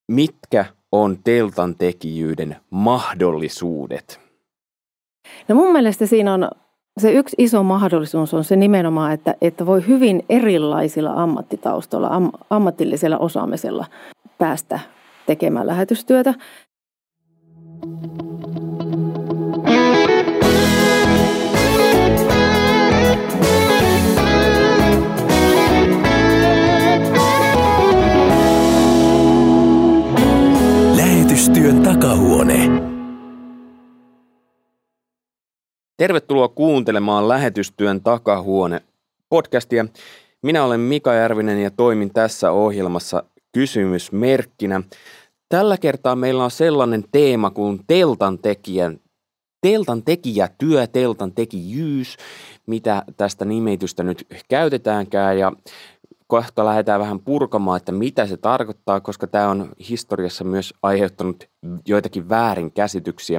Mitkä on teltan tekijyyden mahdollisuudet? No mun mielestä siinä on se yksi iso mahdollisuus on se nimenomaan, että voi hyvin erilaisilla ammattitaustoilla, ammatillisella osaamisella päästä tekemään lähetystyötä. Lähetystyön takahuone. Tervetuloa kuuntelemaan Lähetystyön takahuone podcastia. Minä olen Mika Järvinen ja toimin tässä ohjelmassa kysymysmerkkinä. Tällä kertaa meillä on sellainen teema kuin teltan tekijätyö, teltan tekijyys, mitä tästä nimitystä nyt käytetäänkään, ja kohta lähdetään vähän purkamaan, että mitä se tarkoittaa, koska tämä on historiassa myös aiheuttanut joitakin väärinkäsityksiä.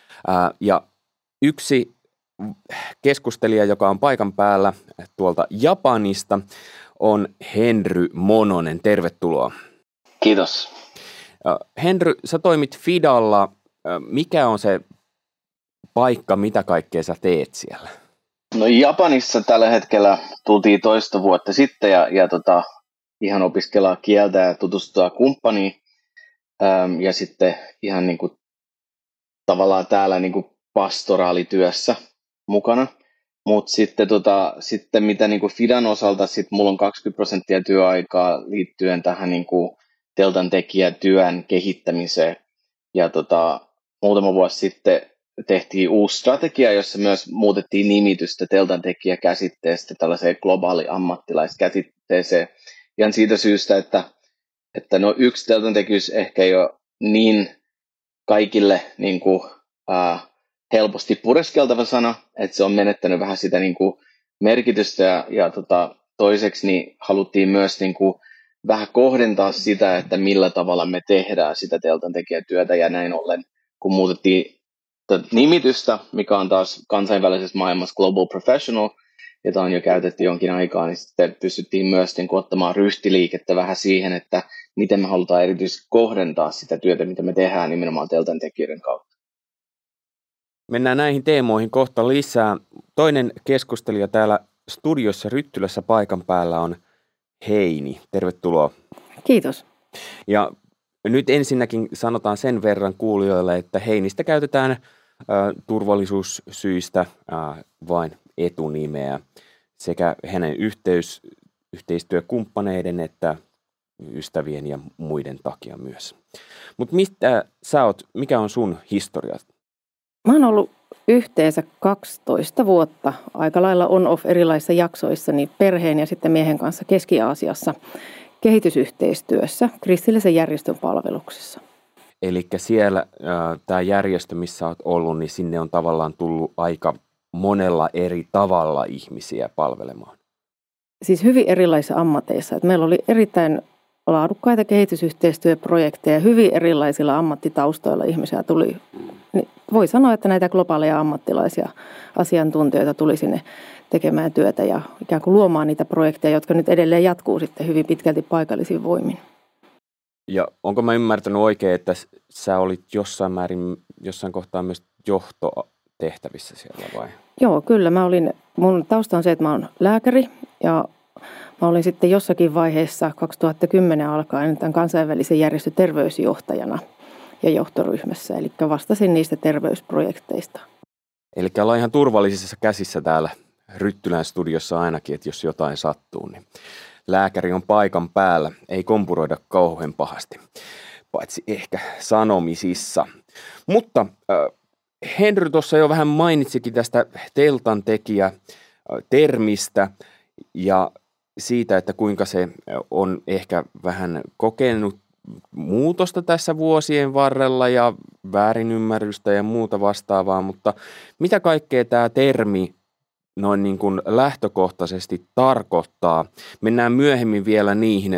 Ja yksi keskustelija, joka on paikan päällä tuolta Japanista, on Henry Mononen. Tervetuloa. Kiitos. Henry, sä toimit FIDalla. Mikä on se paikka, mitä kaikkea sä teet siellä? No Japanissa tällä hetkellä tultiin toista vuotta sitten ja ihan opiskellaan kieltä ja tutustua kumppaniin. Ja sitten ihan niin kuin, tavallaan täällä niin kuin pastoraalityössä mukana. Mutta sitten mitä niin kuin FIDan osalta, mulla on 20% työaikaa liittyen tähän niin kuin teltan tekijätyön kehittämiseen. Ja muutama vuosi sitten tehtiin uusi strategia, jossa myös muutettiin nimitystä teltan tekijäkäsitteestä tällaiseen globaali ammattilaiskäsitteeseen. Ihan siitä syystä, että no yksi teltan tekijyys ehkä ei ole niin kaikille niin kuin, helposti pureskeltava sana, että se on menettänyt vähän sitä niin kuin merkitystä ja toiseksi niin haluttiin myös niin kuin vähän kohdentaa sitä, että millä tavalla me tehdään sitä teltan tekijätyötä, ja näin ollen, kun muutettiin nimitystä, mikä on taas kansainvälisessä maailmassa Global Professional, jota on jo käytetty jonkin aikaa, niin sitten pystyttiin myös niin kuin ottamaan ryhtiliikettä vähän siihen, että miten me halutaan erityisesti kohdentaa sitä työtä, mitä me tehdään nimenomaan teltan tekijöiden kautta. Mennään näihin teemoihin kohta lisää. Toinen keskustelija täällä studiossa Ryttylässä paikan päällä on Heini. Tervetuloa. Kiitos. Ja nyt ensinnäkin sanotaan sen verran kuulijoille, että Heinistä käytetään turvallisuussyistä vain etunimeä sekä hänen yhteistyökumppaneiden että ystävien ja muiden takia myös. Mutta mistä sä oot, mikä on sun historia? Mä oon ollut yhteensä 12 vuotta aika lailla on-off erilaisissa jaksoissa niin perheen ja sitten miehen kanssa Keski-Aasiassa kehitysyhteistyössä kristillisen järjestön palveluksessa. Eli siellä tämä järjestö, missä olet ollut, niin sinne on tavallaan tullut aika monella eri tavalla ihmisiä palvelemaan. Siis hyvin erilaisissa ammateissa. Et meillä oli erittäin laadukkaita kehitysyhteistyöprojekteja, hyvin erilaisilla ammattitaustoilla ihmisiä tuli. Niin voi sanoa, että näitä globaaleja ammattilaisia asiantuntijoita tuli sinne tekemään työtä ja ikään kuin luomaan niitä projekteja, jotka nyt edelleen jatkuu sitten hyvin pitkälti paikallisiin voimin. Ja onko mä ymmärtänyt oikein, että sä olit jossain kohtaa myös johtotehtävissä siellä vai? Joo, kyllä. Mun tausta on se, että mä oon lääkäri ja mä olin sitten jossakin vaiheessa 2010 alkaen tämän kansainvälisen järjestön terveysjohtajana ja johtoryhmässä, eli vastasin niistä terveysprojekteista. Eli ollaan ihan turvallisissa käsissä täällä Ryttylän studiossa ainakin, että jos jotain sattuu, niin lääkäri on paikan päällä, ei kompuroida kauhean pahasti, paitsi ehkä sanomisissa. Mutta Henry tuossa jo vähän mainitsikin tästä teltan tekijä-termistä ja siitä, että kuinka se on ehkä vähän kokenut muutosta tässä vuosien varrella ja väärinymmärrystä ja muuta vastaavaa, mutta mitä kaikkea tämä termi noin niin kuin lähtökohtaisesti tarkoittaa? Mennään myöhemmin vielä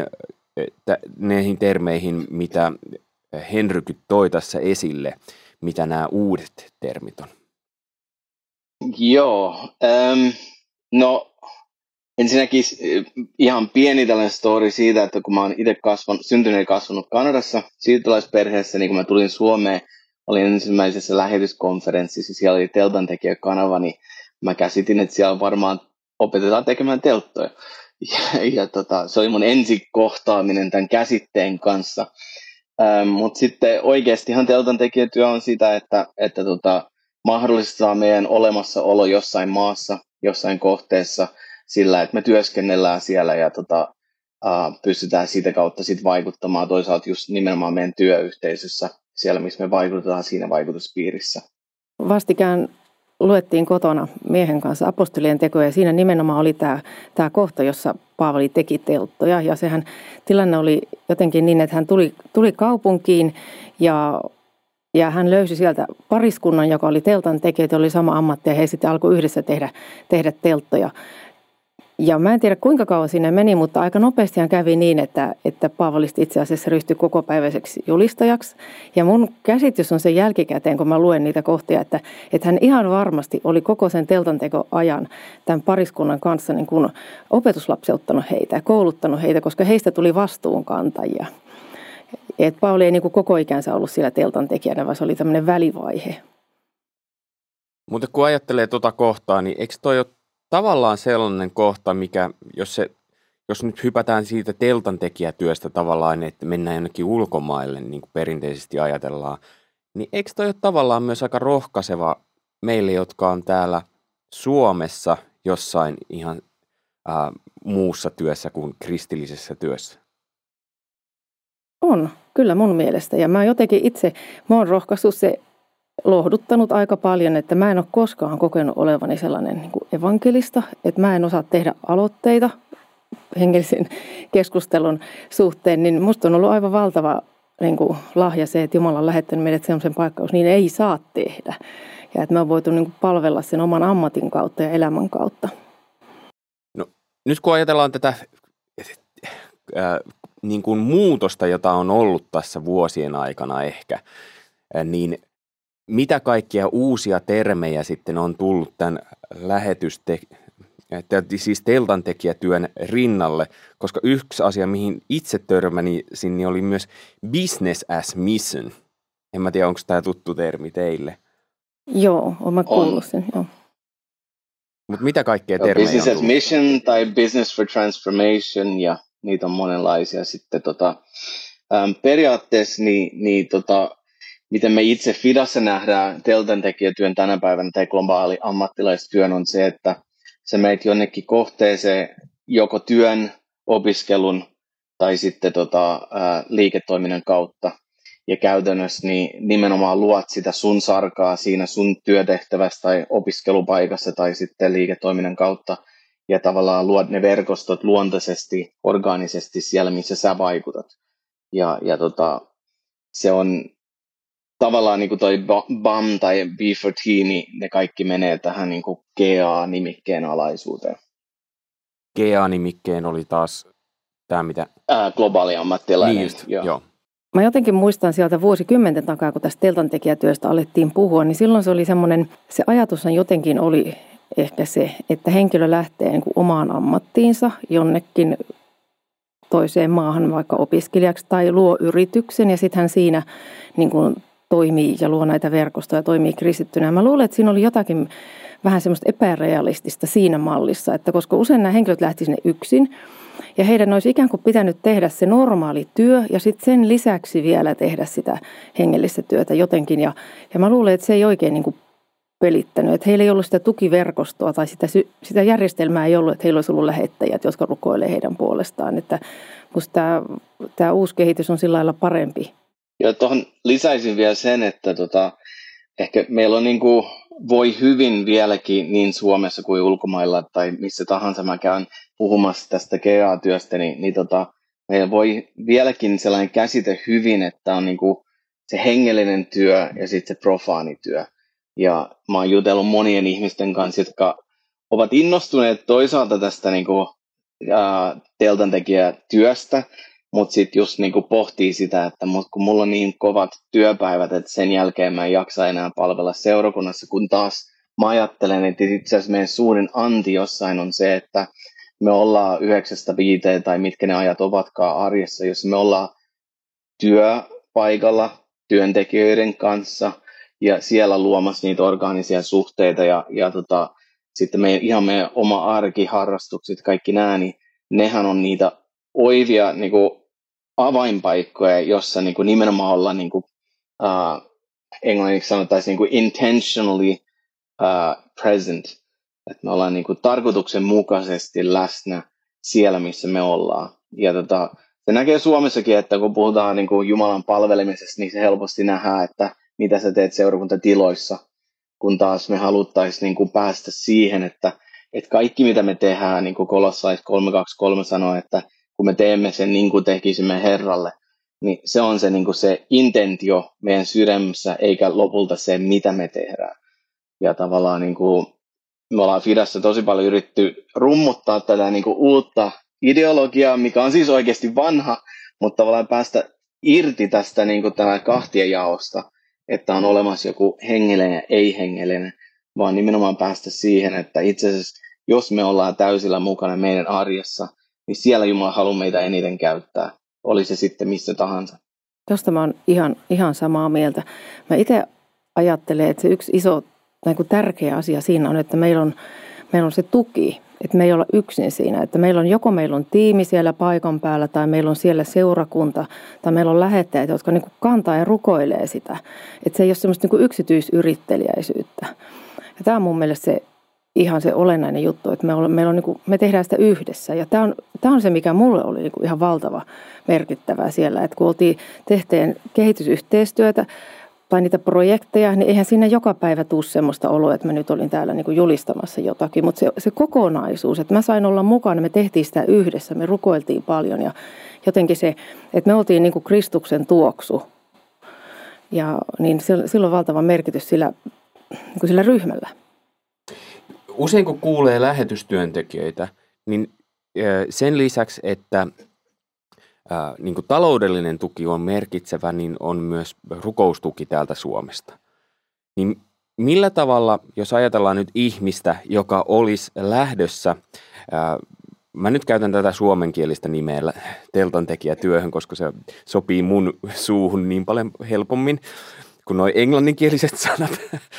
niihin termeihin, mitä Henrykin toi tässä esille, mitä nämä uudet termit on. Joo, no Ensinnäkin ihan pieni tällainen story siitä, että kun mä oon itse syntynyt ja kasvanut Kanadassa siirtolaisperheessä, niin kun mä tulin Suomeen, olin ensimmäisessä lähetyskonferenssissa, siellä oli teltantekijäkanava, niin mä käsitin, että siellä varmaan opetetaan tekemään telttoja. Se oli mun ensikohtaaminen tämän käsitteen kanssa. Mutta sitten oikeastihan teltantekijätyö on sitä, että mahdollistaa meidän olemassaolo jossain maassa, jossain kohteessa sillä, että me työskennellään siellä ja pystytään sitä kautta sit vaikuttamaan toisaalta just nimenomaan meidän työyhteisössä, siellä missä me vaikutetaan siinä vaikutuspiirissä. Vastikään luettiin kotona miehen kanssa apostolien tekoja ja siinä nimenomaan oli tämä kohta, jossa Paavali teki telttoja ja sehän tilanne oli jotenkin niin, että hän tuli kaupunkiin ja hän löysi sieltä pariskunnan, joka oli teltan tekijä, oli sama ammatti ja he sitten alkoi yhdessä tehdä telttoja. Ja mä en tiedä kuinka kauan siinä meni, mutta aika nopeasti hän kävi niin, että Paavali itse asiassa ryhtyi kokopäiväiseksi julistajaksi. Ja mun käsitys on sen jälkikäteen, kun mä luen niitä kohtia, että hän ihan varmasti oli koko sen teltantekoajan tämän pariskunnan kanssa niin kuin opetuslapseuttanut heitä ja kouluttanut heitä, koska heistä tuli vastuunkantajia. Et Paavali ei niin kuin koko ikänsä ollut siellä teltantekijänä, vaan se oli tämmöinen välivaihe. Mutta kun ajattelee tuota kohtaa, niin eikö toi ole tavallaan sellainen kohta, mikä, jos nyt hypätään siitä teltantekijätyöstä tavallaan, että mennään jonnekin ulkomaille, niin kuin perinteisesti ajatellaan, niin eikö toi ole tavallaan myös aika rohkaiseva meille, jotka on täällä Suomessa jossain ihan muussa työssä kuin kristillisessä työssä? On, kyllä mun mielestä. Ja mä jotenkin itse, mä oon rohkaissut se lohduttanut aika paljon, että mä en ole koskaan kokenut olevani sellainen niin kuin evankelista, että mä en osaa tehdä aloitteita hengellisen keskustelun suhteen, niin musta on ollut aivan valtava niin kuin lahja se, että Jumala on lähettänyt meidät sellaisen paikkaan, niin ei saa tehdä. Ja että mä oon voitu niin kuin palvella sen oman ammatin kautta ja elämän kautta. No, nyt kun ajatellaan tätä niin kuin muutosta, jota on ollut tässä vuosien aikana ehkä, niin mitä kaikkia uusia termejä sitten on tullut tämän siis teltantekijätyön rinnalle, koska yksi asia, mihin itse törmäsin, niin oli myös business as mission. En mä tiedä, onko tämä tuttu termi teille? Joo, olen mä kuullut sen, joo. Mutta mitä kaikkea termejä on tullut? Business as mission tai business for transformation ja niitä on monenlaisia sitten periaatteessa miten me itse Fidassa nähdään teltantekijätyön tänä päivänä tai globaali ammattilaistyön on se, että sä menet jonnekin kohteeseen joko työn, opiskelun tai sitten liiketoiminnan kautta. Ja käytännössä niin nimenomaan luot sitä sun sarkaa siinä sun työtehtävässä tai opiskelupaikassa tai sitten liiketoiminnan kautta. Ja tavallaan luot ne verkostot luontaisesti, orgaanisesti siellä, missä sä vaikutat. Ja se on tavallaan niin kuin toi BAM tai B4T, niin ne kaikki menee tähän niin kuin GA-nimikkeen alaisuuteen. GA-nimikkeen oli taas tämä mitä? Globaali ammattilainen. Niin just, joo. Mä jotenkin muistan sieltä vuosikymmenten takaa, kun tästä teltantekijätyöstä alettiin puhua, niin silloin se oli semmoinen, se ajatushan jotenkin oli ehkä se, että henkilö lähtee niin kuin omaan ammattiinsa jonnekin toiseen maahan vaikka opiskelijaksi tai luo yrityksen ja sitten hän siinä niin kuin toimii ja luo näitä verkostoja ja toimii kristittynä. Mä luulen, että siinä oli jotakin vähän semmoista epärealistista siinä mallissa, että koska usein nämä henkilöt lähti sinne yksin ja heidän olisi ikään kuin pitänyt tehdä se normaali työ ja sitten sen lisäksi vielä tehdä sitä hengellistä työtä jotenkin. Ja mä luulen, että se ei oikein niin kuin pelittänyt, että heillä ei ollut sitä tukiverkostoa tai sitä järjestelmää ei ollut, että heillä olisi ollut lähettäjät, jotka rukoilee heidän puolestaan. Että musta tämä uusi kehitys on sillä lailla parempi. Ja tuohon lisäisin vielä sen, että ehkä meillä on voi hyvin vieläkin niin Suomessa kuin ulkomailla tai missä tahansa mä käyn puhumassa tästä GA-työstä, niin meillä voi vieläkin sellainen käsite hyvin, että on se hengellinen työ ja sitten se profaanityö. Ja mä oon jutellut monien ihmisten kanssa, jotka ovat innostuneet toisaalta tästä teltantekijätyöstä, mutta sitten just pohtii sitä, että kun mulla on niin kovat työpäivät, että sen jälkeen mä en jaksa enää palvella seurakunnassa, kun taas mä ajattelen, että itse asiassa meidän suurin anti jossain on se, että me ollaan 9-5 tai mitkä ne ajat ovatkaan arjessa, jos me ollaan työpaikalla työntekijöiden kanssa ja siellä luomassa niitä orgaanisia suhteita ja sitten meidän oma arki, harrastukset, kaikki nämä, niin nehän on niitä oivia niin kuin avainpaikkoja, jossa niin kuin nimenomaan ollaan niin kuin, englanniksi sanottaisiin niin kuin intentionally present. Että me ollaan niin kuin tarkoituksenmukaisesti läsnä siellä, missä me ollaan. Ja se näkee Suomessakin, että kun puhutaan niin kuin Jumalan palvelemisesta, niin se helposti nähdään, että mitä sä teet seurakuntatiloissa, kun taas me haluttaisiin niin kuin päästä siihen, että kaikki mitä me tehdään, niin kuin Kolossais 3:23 sanoo, että kun me teemme sen niin kuin tekisimme Herralle, niin se on se, niin kuin se intentio meidän sydämessä, eikä lopulta se, mitä me tehdään. Ja tavallaan niin kuin me ollaan Fidassa tosi paljon yritetty rummuttaa tätä niin kuin uutta ideologiaa, mikä on siis oikeasti vanha, mutta tavallaan päästä irti tästä niin kuin kahtien jaosta, että on olemassa joku hengellinen ja ei-hengellinen, vaan nimenomaan päästä siihen, että itse asiassa jos me ollaan täysillä mukana meidän arjessa, niin siellä Jumala haluaa meitä eniten käyttää, oli se sitten missä tahansa. Tuosta mä oon ihan samaa mieltä. Mä itse ajattelen, että se yksi iso niin kuin tärkeä asia siinä on, että meillä on se tuki, että me ei olla yksin siinä, että meillä on tiimi siellä paikan päällä tai meillä on siellä seurakunta tai meillä on lähettäjät, jotka niin kuin kantaa ja rukoilee sitä, että se ei ole semmoista niin kuin yksityisyritteliäisyyttä. Ja tämä on mun mielestä se olennainen juttu, että me tehdään sitä yhdessä ja tämä on se, mikä mulle oli niin kuin ihan valtava merkittävää siellä, että kun tehtiin kehitysyhteistyötä, tai niitä projekteja, niin eihän siinä joka päivä tule semmoista oloa, että mä nyt olin täällä niin kuin julistamassa jotakin. Mutta se kokonaisuus, että mä sain olla mukana, me tehtiin sitä yhdessä, me rukoiltiin paljon ja jotenkin se, että me oltiin niin kuin Kristuksen tuoksu. Ja niin sillä on valtava merkitys niin kuin sillä ryhmällä. Usein kun kuulee lähetystyöntekijöitä, niin sen lisäksi, että niin kuin taloudellinen tuki on merkitsevä, niin on myös rukoustuki täältä Suomesta. Niin millä tavalla, jos ajatellaan nyt ihmistä, joka olisi lähdössä, mä nyt käytän tätä suomenkielistä nimeä teltantekijätyöhön, koska se sopii mun suuhun niin paljon helpommin kuin nuo englanninkieliset sanat,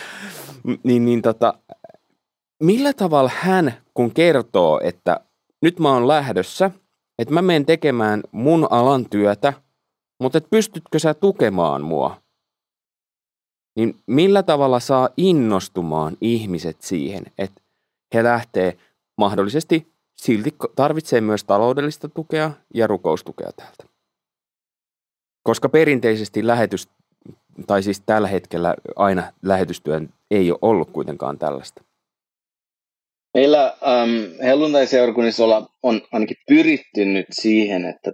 millä tavalla hän, kun kertoo, että nyt mä oon lähdössä, että mä menen tekemään mun alan työtä, mutta et pystytkö sä tukemaan mua? Niin millä tavalla saa innostumaan ihmiset siihen, että he lähtee mahdollisesti silti tarvitsee myös taloudellista tukea ja rukoustukea täältä? Koska perinteisesti tai siis tällä hetkellä aina lähetystyön ei ole ollut kuitenkaan tällaista. Meillä helluntai-seurakunnissa on ainakin pyritty nyt siihen, että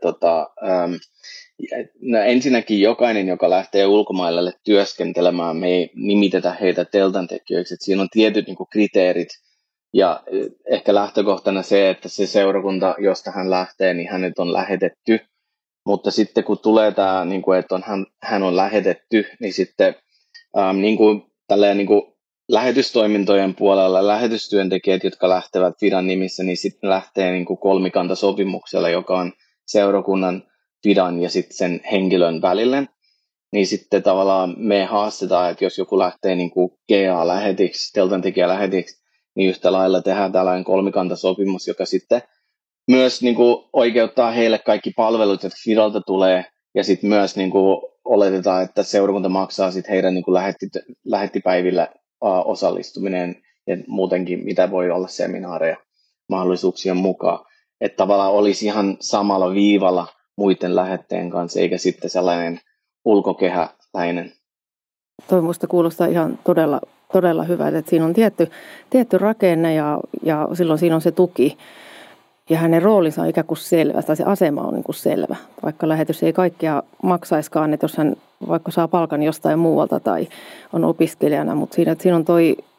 ensinnäkin jokainen, joka lähtee ulkomaille työskentelemään, me ei nimitetä heitä teltantekijöiksi. Että siinä on tietyt niin kuin kriteerit ja ehkä lähtökohtana se, että se seurakunta, josta hän lähtee, niin hänet on lähetetty. Mutta sitten kun tulee tämä, niin kuin, että hän on lähetetty, niin sitten niin kuin, tälleen, niin kuin lähetystoimintojen puolella lähetystyöntekijät, jotka lähtevät Fidan nimissä, niin sitten lähtee niin kuin kolmikantasopimuksella, joka on seurakunnan, Fidan ja sitten sen henkilön välille. Niin sitten tavallaan me haastetaan, että jos joku lähtee niin kuin GA-lähetiksi, teltantekijä-lähetiksi, niin yhtä lailla tehdään tällainen kolmikantasopimus, joka sitten myös niin kuin oikeuttaa heille kaikki palvelut, jotka Fidalta tulee, ja sitten myös niin kuin oletetaan, että seurakunta maksaa sitten heidän niin kuin lähettipäivillä osallistuminen ja muutenkin, mitä voi olla seminaareja mahdollisuuksien mukaan. Että tavallaan olisi ihan samalla viivalla muiden lähetteen kanssa, eikä sitten sellainen ulkokehäläinen. Toi musta kuulostaa ihan todella hyvältä, että siinä on tietty rakenne ja silloin siinä on se tuki. Ja hänen roolinsa on ikään kuin selvä, tai se asema on niin kuin selvä. Vaikka lähetys ei kaikkea maksaiskaan, että jos hän vaikka saa palkan jostain muualta tai on opiskelijana, mutta siinä on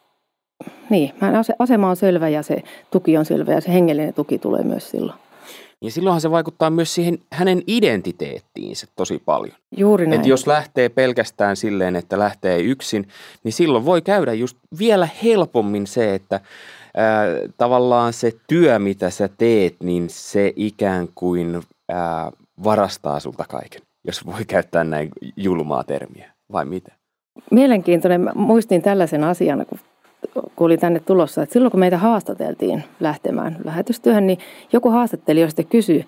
asema on selvä ja se tuki on selvä ja se hengellinen tuki tulee myös silloin. Ja silloinhan se vaikuttaa myös siihen hänen identiteettiinsä tosi paljon. Juuri näin. Että jos lähtee pelkästään silleen, että lähtee yksin, niin silloin voi käydä just vielä helpommin se, että tavallaan se työ, mitä sä teet, niin se ikään kuin varastaa sulta kaiken, jos voi käyttää näin julmaa termiä, vai mitä? Mielenkiintoinen. Mä muistin tällaisen asian, kun olin tänne tulossa, että silloin kun meitä haastateltiin lähtemään lähetystyöhön, niin joku haastattelija sitten kysyi,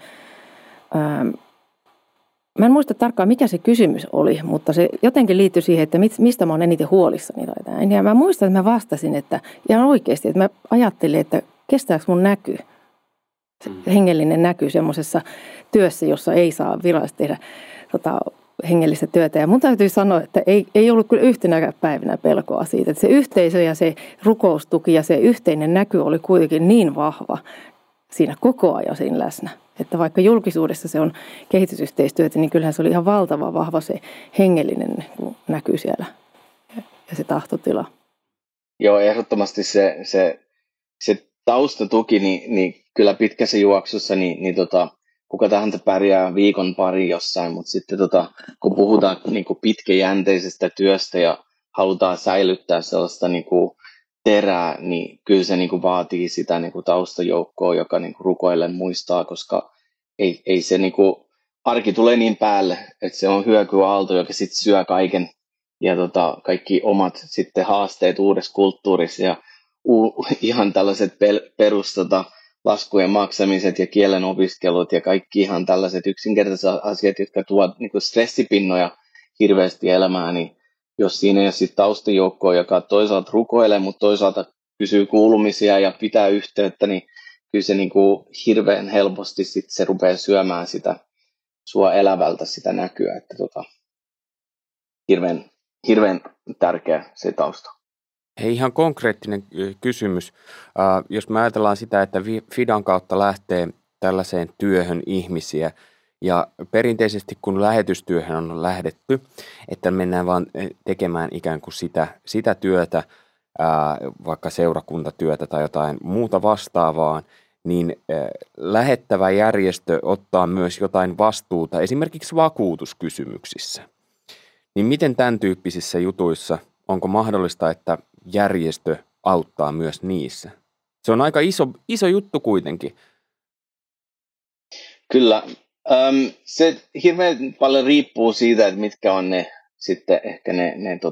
mä en muista tarkkaan mikä se kysymys oli, mutta se jotenkin liittyi siihen, että mistä mä oon eniten huolissani tai näin. Ja mä muistan, että mä vastasin, että ihan oikeasti, että mä ajattelin, että kestääkö mun näky, hengellinen näky semmoisessa työssä, jossa ei saa virallisesti tehdä hengellistä työtä. Ja mun täytyy sanoa, että ei ollut kyllä yhtenäkään päivänä pelkoa siitä, että se yhteisö ja se rukoustuki ja se yhteinen näky oli kuitenkin niin vahva siinä koko ajan siinä läsnä. Että vaikka julkisuudessa se on kehitysyhteistyötä, niin kyllähän se oli ihan valtava vahva se hengellinen näky siellä ja se tahtotila. Joo, ehdottomasti se taustatuki, niin kyllä pitkässä juoksussa, kuka tahansa pärjää viikon pari jossain, mutta sitten kun puhutaan niin kuin pitkäjänteisestä työstä ja halutaan säilyttää sellaista niin kuin terää, niin kyllä se niin kuin vaatii sitä niin kuin taustajoukkoa, joka niin kuin rukoillen muistaa, koska ei se niin kuin, arki tulee niin päälle, että se on hyökyaalto, joka sitten syö kaiken ja kaikki omat sitten haasteet uudessa kulttuurissa ja ihan tällaiset laskujen maksamiset ja kielen opiskelut ja kaikki ihan tällaiset yksinkertaiset asiat, jotka tuovat niin kuin stressipinnoja hirveästi elämään, niin jos siinä ei ole sitten taustajoukkoa, joka toisaalta rukoilee, mutta toisaalta kysyy kuulumisia ja pitää yhteyttä, niin kyllä se niin kuin hirveän helposti sit se rupeaa syömään sitä sua elävältä sitä näkyä, että hirveän tärkeä se tausta. Hei, ihan konkreettinen kysymys. Jos me ajatellaan sitä, että Fidan kautta lähtee tällaiseen työhön ihmisiä, ja perinteisesti kun lähetystyöhön on lähdetty, että mennään vaan tekemään ikään kuin sitä työtä, vaikka seurakuntatyötä tai jotain muuta vastaavaa, niin lähettävä järjestö ottaa myös jotain vastuuta esimerkiksi vakuutuskysymyksissä. Niin miten tämän tyyppisissä jutuissa, onko mahdollista, että järjestö auttaa myös niissä? Se on aika iso juttu kuitenkin. Kyllä. Se hirveän paljon riippuu siitä, että mitkä on ne sitten ehkä ne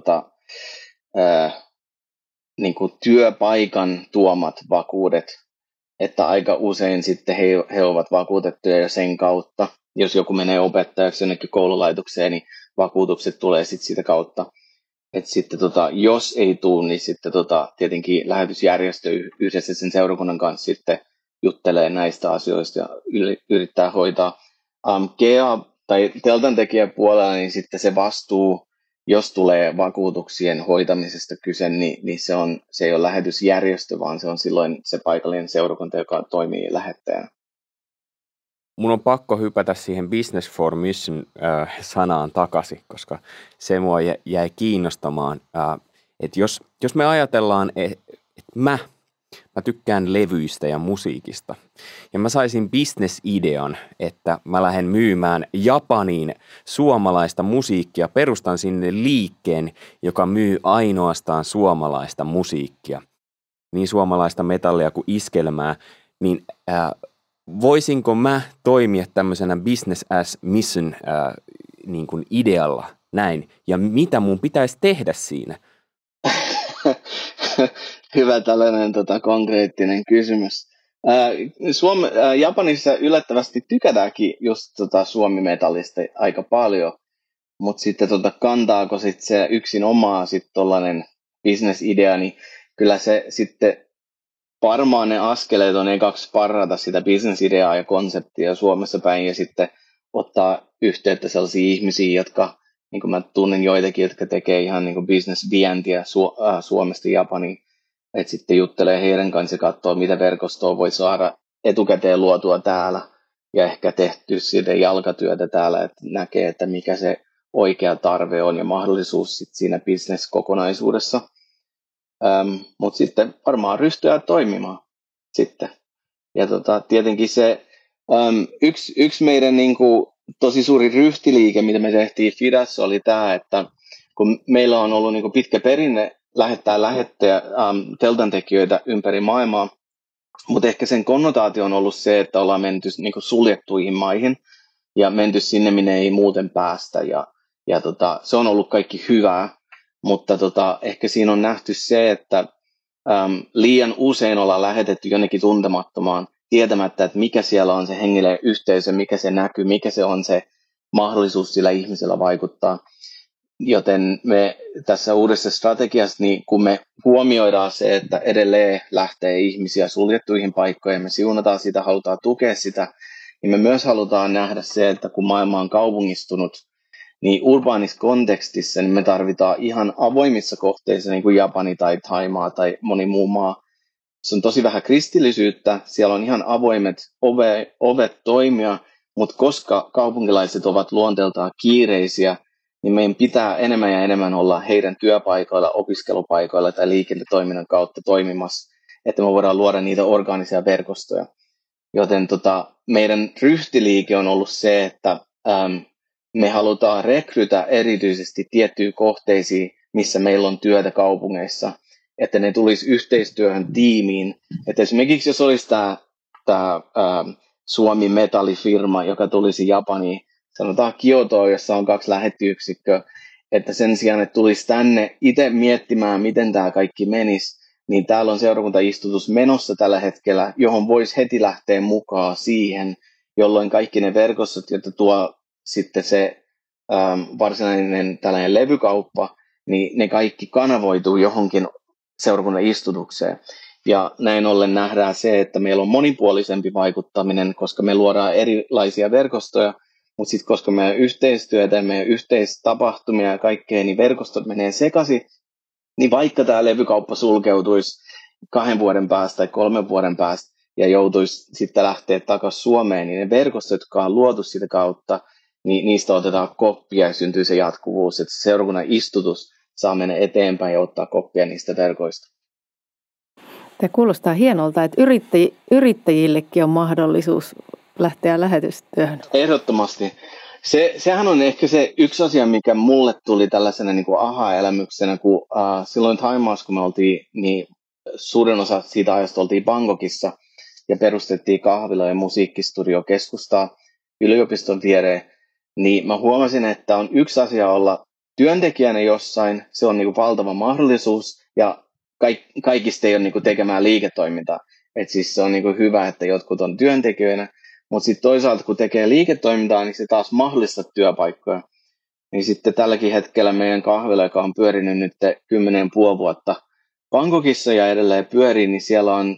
niin kuin työpaikan tuomat vakuudet, että aika usein sitten he ovat vakuutettuja jo sen kautta. Jos joku menee opettajaksi jonnekin koululaitokseen, niin vakuutukset tulee sitten sitä kautta. Että sitten jos ei tule, niin sitten tietenkin lähetysjärjestö yhdessä sen seurakunnan kanssa sitten juttelee näistä asioista ja yrittää hoitaa. GEA tai teltan tekijäpuolella, niin sitten se vastuu, jos tulee vakuutuksien hoitamisesta kyse, niin se ei ole lähetysjärjestö, vaan se on silloin se paikallinen seurakunta, joka toimii lähettäjänä. Mun on pakko hypätä siihen Business for Mission sanaan takaisin, koska se mua jäi kiinnostamaan. Että jos me ajatellaan, että mä tykkään levyistä ja musiikista, ja mä saisin business-idean, että mä lähden myymään Japaniin suomalaista musiikkia, perustan sinne liikkeen, joka myy ainoastaan suomalaista musiikkia, niin suomalaista metallia kuin iskelmää, niin voisinko mä toimia tämmöisenä business as mission niin kuin idealla näin, ja mitä mun pitäisi tehdä siinä? Hyvä tällainen konkreettinen kysymys. Japanissa yllättävästi tykätäänkin just suomimetallista aika paljon, mutta sitten kantaako sit se yksin omaa sitten tollainen business-idea, niin kyllä se sitten varmaan ne askeleet on ekaksi parrata sitä business-ideaa ja konseptia Suomessa päin ja sitten ottaa yhteyttä sellaisiin ihmisiin, jotka, niin kuin mä tunnen joitakin, jotka tekee ihan niin kuin business-vientiä Suomesta Japaniin, että sitten juttelee heidän kanssa ja katsoo, mitä verkostoa voi saada etukäteen luotua täällä ja ehkä tehty siitä jalkatyötä täällä, että näkee, että mikä se oikea tarve on ja mahdollisuus sit siinä business-kokonaisuudessa. Mutta sitten varmaan ryhtyä toimimaan sitten. Ja tietenkin se yksi meidän niinku tosi suuri ryhtiliike, mitä me tehtiin Fidassa, oli tämä, että kun meillä on ollut niinku pitkä perinne lähettää teltantekijöitä ympäri maailmaa, mutta ehkä sen konnotaatio on ollut se, että ollaan menty niin kuin suljettuihin maihin ja menty sinne, minne ei muuten päästä ja se on ollut kaikki hyvää, mutta ehkä siinä on nähty se, että liian usein ollaan lähetetty jonnekin tuntemattomaan tietämättä, että mikä siellä on se hengellinen yhteisö, mikä se näkyy, mikä se on se mahdollisuus sillä ihmisellä vaikuttaa. Joten me tässä uudessa strategiassa, niin kun me huomioidaan se, että edelleen lähtee ihmisiä suljettuihin paikkoihin, me siunataan sitä, halutaan tukea sitä, niin me myös halutaan nähdä se, että kun maailma on kaupungistunut, niin urbaanissa kontekstissa niin me tarvitaan ihan avoimissa kohteissa, niin kuin Japani tai Thaimaa tai moni muu maa. Se on tosi vähän kristillisyyttä, siellä on ihan avoimet ovet toimia, mutta koska kaupunkilaiset ovat luonteeltaan kiireisiä, niin meidän pitää enemmän ja enemmän olla heidän työpaikoilla, opiskelupaikoilla tai liiketoiminnan kautta toimimassa, että me voidaan luoda niitä orgaanisia verkostoja. Joten meidän ryhtiliike on ollut se, että me halutaan rekrytä erityisesti tiettyjä kohteisiin, missä meillä on työtä kaupungeissa, että ne tulisi yhteistyöhön tiimiin. Että esimerkiksi jos olisi tämä Suomi metallifirma, joka tulisi Japaniin, sanotaan Kiotoon, jossa on 2 lähettiyksikköä, että sen sijaan, että tulisi tänne itse miettimään, miten tämä kaikki menisi, niin täällä on seurakuntaistutus menossa tällä hetkellä, johon voisi heti lähteä mukaan siihen, jolloin kaikki ne verkostot, joita tuo sitten se varsinainen tällainen levykauppa, niin ne kaikki kanavoituu johonkin seurakunnan istutukseen. Ja näin ollen nähdään se, että meillä on monipuolisempi vaikuttaminen, koska me luodaan erilaisia verkostoja, mutta sitten koska meidän yhteistyötä ja meidän yhteistapahtumia ja kaikkea, niin verkostot menee sekaisin, niin vaikka tämä levykauppa sulkeutuisi 2 vuoden päästä tai 3 vuoden päästä ja joutuisi sitten lähteä takaisin Suomeen, niin ne verkostot, jotka on luotu sitä kautta, niin niistä otetaan koppia ja syntyy se jatkuvuus, että seurakunnan istutus saa mennä eteenpäin ja ottaa koppia niistä verkoista. Tämä kuulostaa hienolta, että yrittäjillekin on mahdollisuus lähteä lähetystyöhön. Ehdottomasti. Sehän on ehkä se yksi asia, mikä mulle tuli tällaisena niin kuin aha-elämyksenä, kun silloin Thaimaassa, kun me oltiin, niin suurin osa siitä ajasta oltiin Bangkokissa ja perustettiin kahvila ja musiikkistudio keskustaa yliopiston viereen, niin mä huomasin, että on yksi asia olla työntekijänä jossain, se on niin kuin valtava mahdollisuus ja kaikista ei ole niin kuin tekemään liiketoimintaa. Et siis se on niin kuin hyvä, että jotkut on työntekijöinä, mutta sitten toisaalta kun tekee liiketoimintaa, niin se taas mahdollistaa työpaikkoja. Niin sitten tälläkin hetkellä meidän kahvila, joka on pyörinyt nyt 10,5 vuotta Bangkokissa ja edelleen pyörii, niin siellä on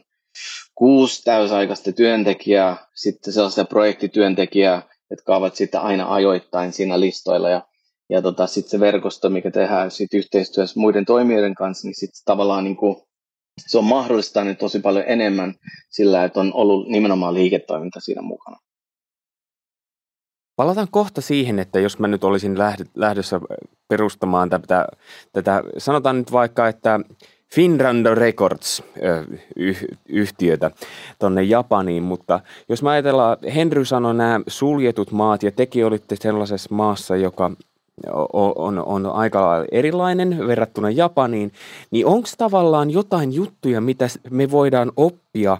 6 täysaikaista työntekijää, sitten sellaisia projektityöntekijää, jotka ovat sitten aina ajoittain siinä listoilla. Ja sitten se verkosto, mikä tehdään sit yhteistyössä muiden toimijoiden kanssa, niin sitten tavallaan niin kuin, se on mahdollista nyt tosi paljon enemmän sillä, että on ollut nimenomaan liiketoiminta siinä mukana. Palataan kohta siihen, että jos mä nyt olisin lähdössä perustamaan tätä sanotaan nyt vaikka, että Finrand Records-yhtiötä tuonne Japaniin, mutta jos mä ajatellaan, Henry sanoi nämä suljetut maat ja tekin olitte sellaisessa maassa, joka on aika erilainen verrattuna Japaniin, niin onko tavallaan jotain juttuja, mitä me voidaan oppia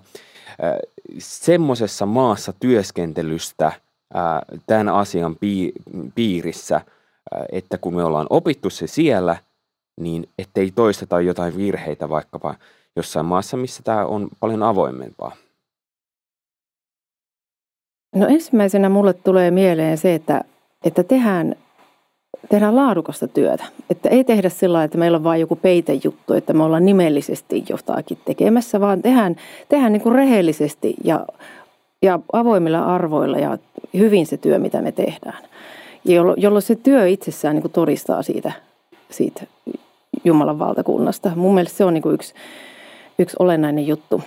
semmoisessa maassa työskentelystä tämän asian piirissä, että kun me ollaan opittu se siellä, niin ettei toisteta jotain virheitä vaikkapa jossain maassa, missä tämä on paljon avoimempaa? No ensimmäisenä mulle tulee mieleen se, että tehdään laadukasta työtä. Että ei tehdä sillä lailla, että meillä on vain joku peitejuttu, että me ollaan nimellisesti jotakin tekemässä, vaan tehdään niin kuin rehellisesti ja avoimilla arvoilla ja hyvin se työ, mitä me tehdään. Jolloin se työ itsessään niin kuin todistaa siitä Jumalan valtakunnasta. Mun mielestä se on niin kuin yksi olennainen juttu.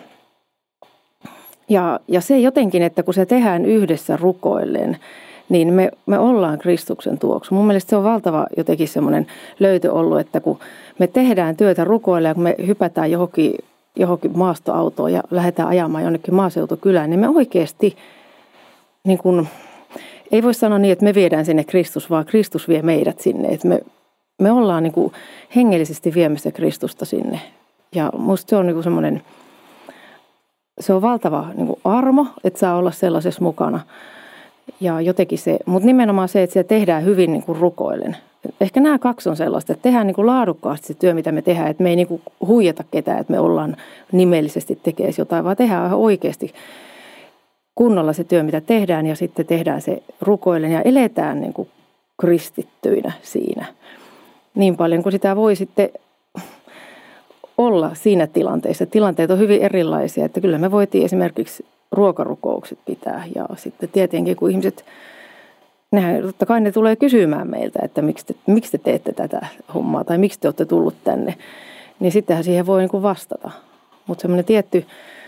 Ja se jotenkin, että kun se tehdään yhdessä rukoillen, niin me ollaan Kristuksen tuoksu. Mun mielestä se on valtava jotenkin semmoinen löytö ollut, että kun me tehdään työtä rukoillen ja kun me hypätään johonkin maastoautoon ja lähdetään ajamaan jonnekin maaseutukylään, niin me oikeasti, niin kun, ei voi sanoa niin, että me viedään sinne Kristus, vaan Kristus vie meidät sinne. Että me ollaan niin kuin hengellisesti viemässä Kristusta sinne. Ja musta se on niin kuin semmoinen, se on valtava niin kuin armo, että saa olla sellaisessa mukana. Ja jotenkin se, mutta nimenomaan se, että se tehdään hyvin niin kuin rukoillen. Ehkä nämä kaksi on sellaista, että tehdään niin kuin laadukkaasti se työ, mitä me tehdään. Että me ei niin kuin huijata ketään, että me ollaan nimellisesti tekemässä jotain, vaan tehdään ihan oikeasti kunnolla se työ, mitä tehdään. Ja sitten tehdään se rukoillen ja eletään niin kuin kristittyinä siinä. Niin paljon kuin sitä voi sitten olla siinä tilanteessa. Tilanteet on hyvin erilaisia, että kyllä me voitiin esimerkiksi ruokarukoukset pitää. Ja sitten tietenkin, kun ihmiset, nehän totta kai ne tulee kysymään meiltä, että miksi te teette tätä hommaa tai miksi te olette tullut tänne, niin sittenhän siihen voi niin kuin vastata. Mutta semmoinen tietty,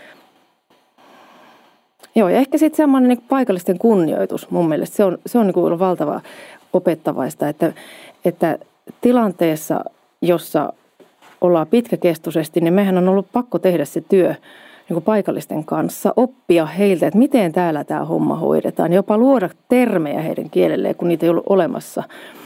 joo, ja ehkä sitten semmoinen niin paikallisten kunnioitus mun mielestä, se on niin kuin valtava opettavaista, että tilanteessa, jossa ollaan pitkäkestoisesti, niin mehän on ollut pakko tehdä se työ niin kuin paikallisten kanssa, oppia heiltä, että miten täällä tämä homma hoidetaan, jopa luoda termejä heidän kielelleen, kun niitä ei ollut olemassa.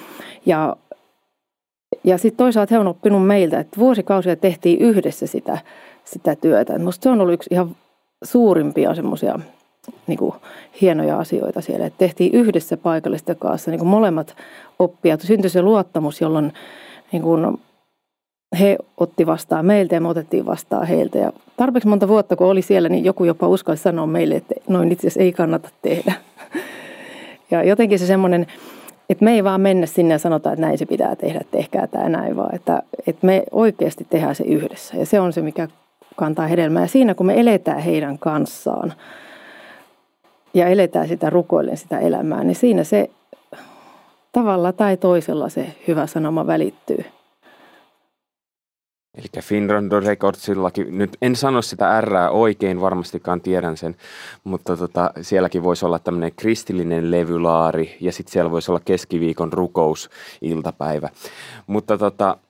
Ja sitten toisaalta he on oppinut meiltä, että vuosikausia tehtiin yhdessä sitä työtä. Minusta se on ollut yksi ihan suurimpia semmoisia niin kuin hienoja asioita siellä, että tehtiin yhdessä paikallisten kanssa, niin kuin molemmat oppijat, syntyi se luottamus, jolloin niin kuin he otti vastaan meiltä ja me otettiin vastaan heiltä. Ja tarpeeksi monta vuotta, kun oli siellä, niin joku jopa uskalsi sanoa meille, että noin itse asiassa ei kannata tehdä. Ja jotenkin se semmoinen, että me ei vaan mennä sinne ja sanota, että näin se pitää tehdä, tehkää tämä näin, vaan että me oikeasti tehdään se yhdessä. Ja se on se, mikä kantaa hedelmää. Ja siinä, kun me eletään heidän kanssaan ja eletään sitä rukoillen sitä elämää, niin siinä se tavalla tai toisella se hyvä sanoma välittyy. Eli Finrod Recordsillakin, nyt en sano sitä R:ää oikein, varmastikaan tiedän sen, mutta sielläkin voisi olla tämmöinen kristillinen levylaari ja sitten siellä voisi olla keskiviikon rukousiltapäivä. Mutta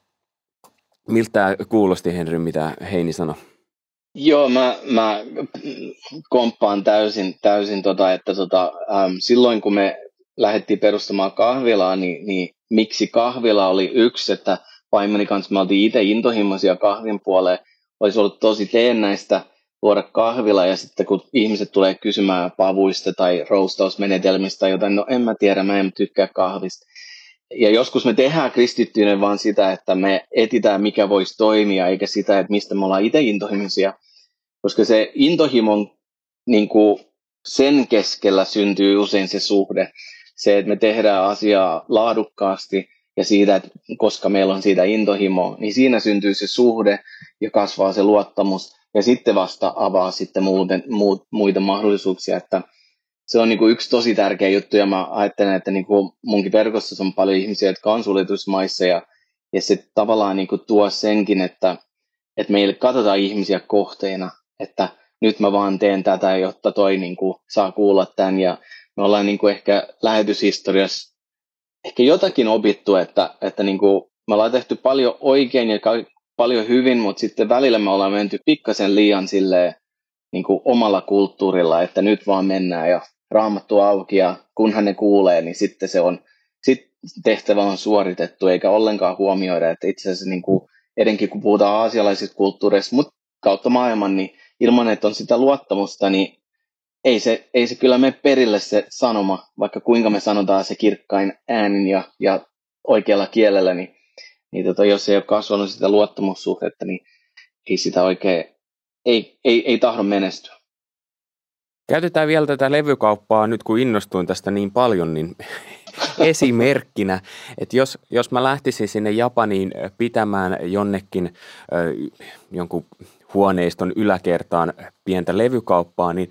miltä kuulosti, Henry, mitä Heini sanoi? Joo, mä komppaan täysin että silloin kun me lähdettiin perustamaan kahvilaa, niin miksi kahvila oli yksi, että vaimoni kanssa me oltiin itse intohimoisia kahvin puoleen. Olisi ollut tosi teennäistä luoda kahvila ja sitten kun ihmiset tulee kysymään pavuista tai roustausmenetelmistä tai jotain, no en mä tiedä, mä en tykkää kahvista. Ja joskus me tehdään kristittyinen vaan sitä, että me etsitään mikä voisi toimia eikä sitä, että mistä me ollaan itse intohimoisia. Koska se intohimon niin kuin sen keskellä syntyy usein se suhde. Se, että me tehdään asiaa laadukkaasti ja siitä, että koska meillä on siitä intohimoa, niin siinä syntyy se suhde ja kasvaa se luottamus ja sitten vasta avaa sitten muita mahdollisuuksia. Että se on niin kuin yksi tosi tärkeä juttu ja mä ajattelen, että niin kuin munkin verkostossa on paljon ihmisiä, jotka on suljetusmaissa ja se tavallaan niin kuin tuo senkin, että meille katsotaan ihmisiä kohteena, että nyt mä vaan teen tätä, jotta toi niin kuin saa kuulla tämän ja me ollaan niin kuin ehkä lähetyshistoriassa ehkä jotakin opittu, että niin kuin me ollaan tehty paljon oikein ja paljon hyvin, mutta sitten välillä me ollaan menty pikkasen liian silleen niin kuin omalla kulttuurilla, että nyt vaan mennään ja Raamattu auki ja kunhan ne kuulee, niin sitten tehtävä on suoritettu eikä ollenkaan huomioida, että itse asiassa niin kuin, etenkin kun puhutaan aasialaisista kulttuureista, mutta kautta maailman, niin ilman, että on sitä luottamusta, niin ei se kyllä mene perille se sanoma, vaikka kuinka me sanotaan se kirkkain äänin ja oikealla kielellä, niin jos ei ole kasvanut sitä luottamussuhdetta, niin ei sitä oikein, ei tahdo menestyä. Käytetään vielä tätä levykauppaa nyt, kun innostuin tästä niin paljon, niin esimerkkinä, että jos mä lähtisin sinne Japaniin pitämään jonnekin jonkun huoneiston yläkertaan pientä levykauppaa, niin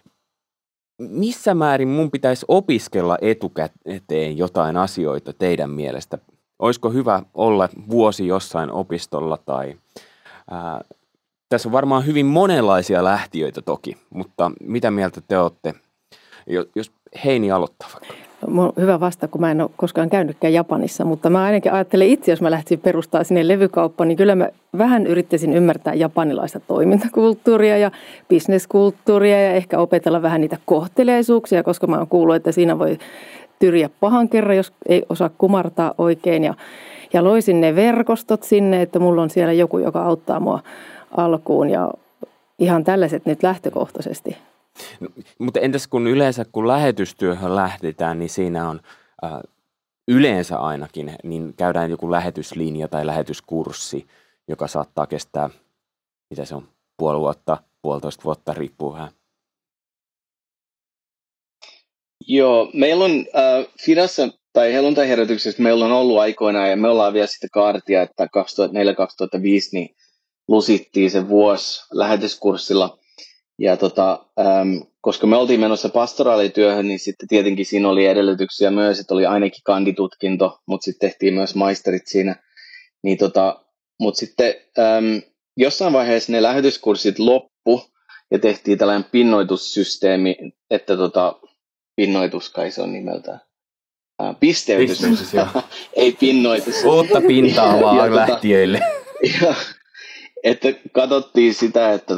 missä määrin mun pitäisi opiskella etukäteen jotain asioita teidän mielestä? Olisiko hyvä olla vuosi jossain opistolla tai tässä on varmaan hyvin monenlaisia lähtiöitä toki, mutta mitä mieltä te olette, jos Heini aloittaa vaikka? Mun hyvä vasta, kun mä en ole koskaan käynytkään Japanissa, mutta mä ainakin ajattelen itse, jos mä lähtisin perustaa sinne levykauppaan, niin kyllä mä vähän yrittäisin ymmärtää japanilaista toimintakulttuuria ja bisneskulttuuria ja ehkä opetella vähän niitä kohteliaisuuksia, koska mä oon kuullut, että siinä voi tyriä pahan kerran, jos ei osaa kumartaa oikein. Ja ja loisin ne verkostot sinne, että mulla on siellä joku, joka auttaa mua alkuun ja ihan tällaiset nyt lähtökohtaisesti. No, mutta entäs kun lähetystyöhön lähdetään, niin siinä on yleensä ainakin, niin käydään joku lähetyslinja tai lähetyskurssi, joka saattaa kestää, mitä se on, puoli vuotta, 1,5 vuotta, riippuu vähän. Joo, meillä on Fidassa tai helluntaiherätyksessä meillä on ollut aikoinaan ja me ollaan vielä sitten kaartia, että 2004-2005 niin lusittiin se vuosi lähetyskurssilla. Ja koska me oltiin menossa pastoraalityöhön, niin sitten tietenkin siinä oli edellytyksiä myös, että oli ainakin kanditutkinto, mutta sitten tehtiin myös maisterit siinä. Niin mutta sitten jossain vaiheessa ne lähetyskurssit loppu ja tehtiin tällainen pinnoitussysteemi, että pinnoitus kai se on nimeltään. Pisteytys. Ei pinnoitus. Uutta pintaa vaan lähtiöille. Että katsottiin sitä, että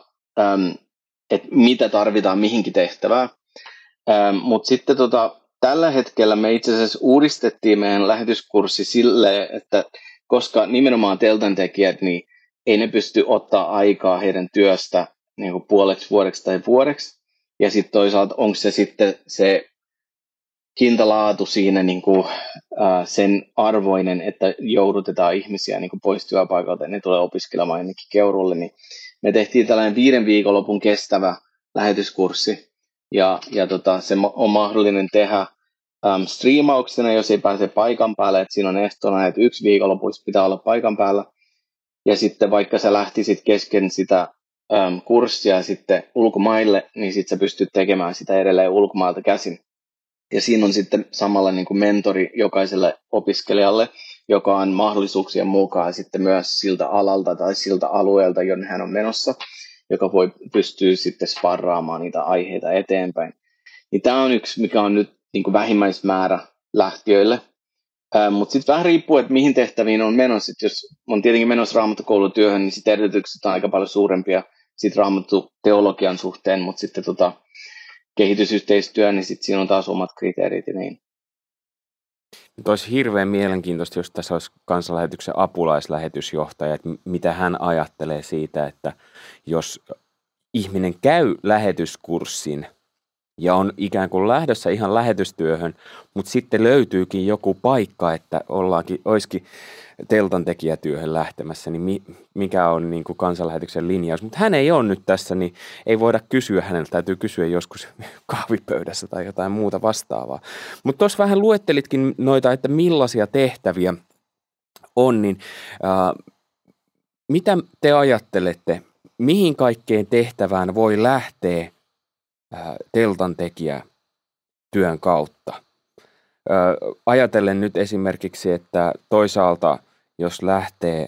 mitä tarvitaan mihinkin tehtävään. Mutta sitten tällä hetkellä me itse asiassa uudistettiin meidän lähetyskurssi silleen, että koska nimenomaan teltantekijät, niin ei ne pysty ottaa aikaa heidän työstä niin kuin puoleksi vuodeksi tai vuodeksi. Ja sitten toisaalta onko se sitten se hintalaatu siinä niin kuin, sen arvoinen, että joudutetaan ihmisiä niin kuin pois työpaikalta ja ne tulee opiskelemaan jonnekin Keurulle, niin me tehtiin tällainen 5 viikonlopun kestävä lähetyskurssi ja se on mahdollinen tehdä striimauksena, jos ei pääse paikan päälle, että siinä on ehtona, että 1 viikonlopuissa pitää olla paikan päällä ja sitten vaikka sä lähtisit kesken sitä kurssia sitten ulkomaille, niin sitten sä pystyt tekemään sitä edelleen ulkomailta käsin. Ja siinä on sitten samalla niin kuin mentori jokaiselle opiskelijalle, joka on mahdollisuuksien mukaan sitten myös siltä alalta tai siltä alueelta, jonne hän on menossa, joka pystyy sitten sparraamaan niitä aiheita eteenpäin. Niin tämä on yksi, mikä on nyt niin kuin vähimmäismäärä lähtiöille. Mutta sitten vähän riippuu, että mihin tehtäviin on menossa. Jos on tietenkin menossa raamattokoulutyöhön, niin sitten edellytykset on aika paljon suurempia sit raamattoteologian suhteen, mutta sitten kehitysyhteistyö, niin sitten siinä on taas omat kriteerit ja niin. Nyt olisi hirveän mielenkiintoista, jos tässä olisi kansanlähetyksen apulaislähetysjohtaja, että mitä hän ajattelee siitä, että jos ihminen käy lähetyskurssin ja on ikään kuin lähdössä ihan lähetystyöhön, mutta sitten löytyykin joku paikka, että olisikin teltantekijätyöhön lähtemässä, niin mikä on niin kuin kansanlähetyksen linjaus. Mutta hän ei ole nyt tässä, niin ei voida kysyä häneltä, täytyy kysyä joskus kahvipöydässä tai jotain muuta vastaavaa. Mutta tuossa vähän luettelitkin noita, että millaisia tehtäviä on, niin mitä te ajattelette, mihin kaikkeen tehtävään voi lähteä teltantekijä työn kautta? Ajatellen nyt esimerkiksi, että toisaalta jos lähtee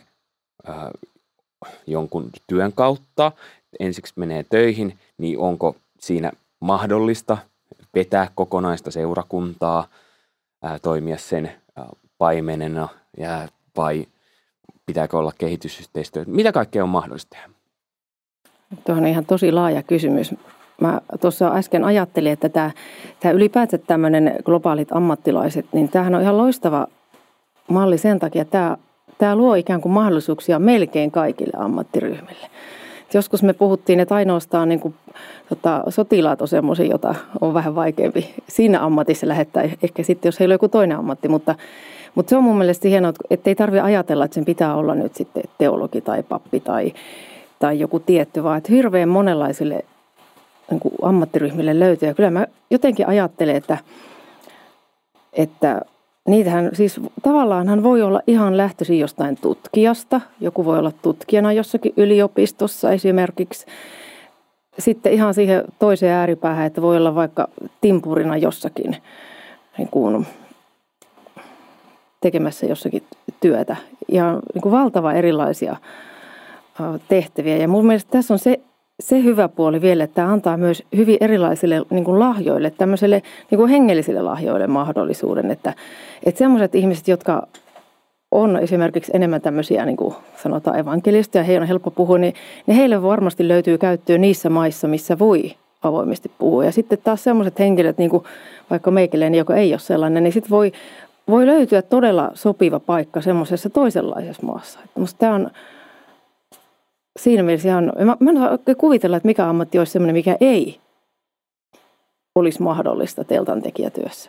jonkun työn kautta, ensiksi menee töihin, niin onko siinä mahdollista vetää kokonaista seurakuntaa, toimia sen paimenena vai pitääkö olla kehitysyhteistyötä? Mitä kaikkea on mahdollista tehdä? Tuo on ihan tosi laaja kysymys. Mä tuossa äsken ajattelin, että tämä ylipäätään tämmöinen globaalit ammattilaiset, niin tämähän on ihan loistava malli sen takia, että tämä luo ikään kuin mahdollisuuksia melkein kaikille ammattiryhmille. Joskus me puhuttiin, että ainoastaan niin kuin, sotilaat on semmoisia, jota on vähän vaikeampi siinä ammatissa lähettää, ehkä sitten jos heillä on joku toinen ammatti, mutta se on mun mielestä hienoa, että ei tarvitse ajatella, että sen pitää olla nyt sitten teologi tai pappi tai joku tietty, vaan että hirveän monenlaisille niin kuin ammattiryhmille löytyy. Ja kyllä mä jotenkin ajattelen, että niitähän siis tavallaanhan voi olla ihan lähtöisin jostain tutkijasta. Joku voi olla tutkijana jossakin yliopistossa esimerkiksi. Sitten ihan siihen toiseen ääripäähän, että voi olla vaikka timpurina jossakin niin kuin tekemässä jossakin työtä. Ja niin kuin valtava erilaisia tehtäviä. Ja mun mielestä tässä on se hyvä puoli vielä, että tämä antaa myös hyvin erilaisille niin kuin lahjoille, tämmöiselle niin kuin hengellisille lahjoille mahdollisuuden, että sellaiset ihmiset, jotka on esimerkiksi enemmän tämmöisiä, niin kuin sanotaan evankelisteja, heidän on helppo puhua, niin heille varmasti löytyy käyttöä niissä maissa, missä voi avoimesti puhua. Ja sitten taas sellaiset henkilöt, niin kuin vaikka meikäläinen, joka ei ole sellainen, niin sitten voi voi löytyä todella sopiva paikka semmoisessa toisenlaisessa maassa. Minusta tämä on siinä mielessä ihan, mä en oikein kuvitella, että mikä ammatti olisi semmoinen, mikä ei olisi mahdollista teltantekijätyössä.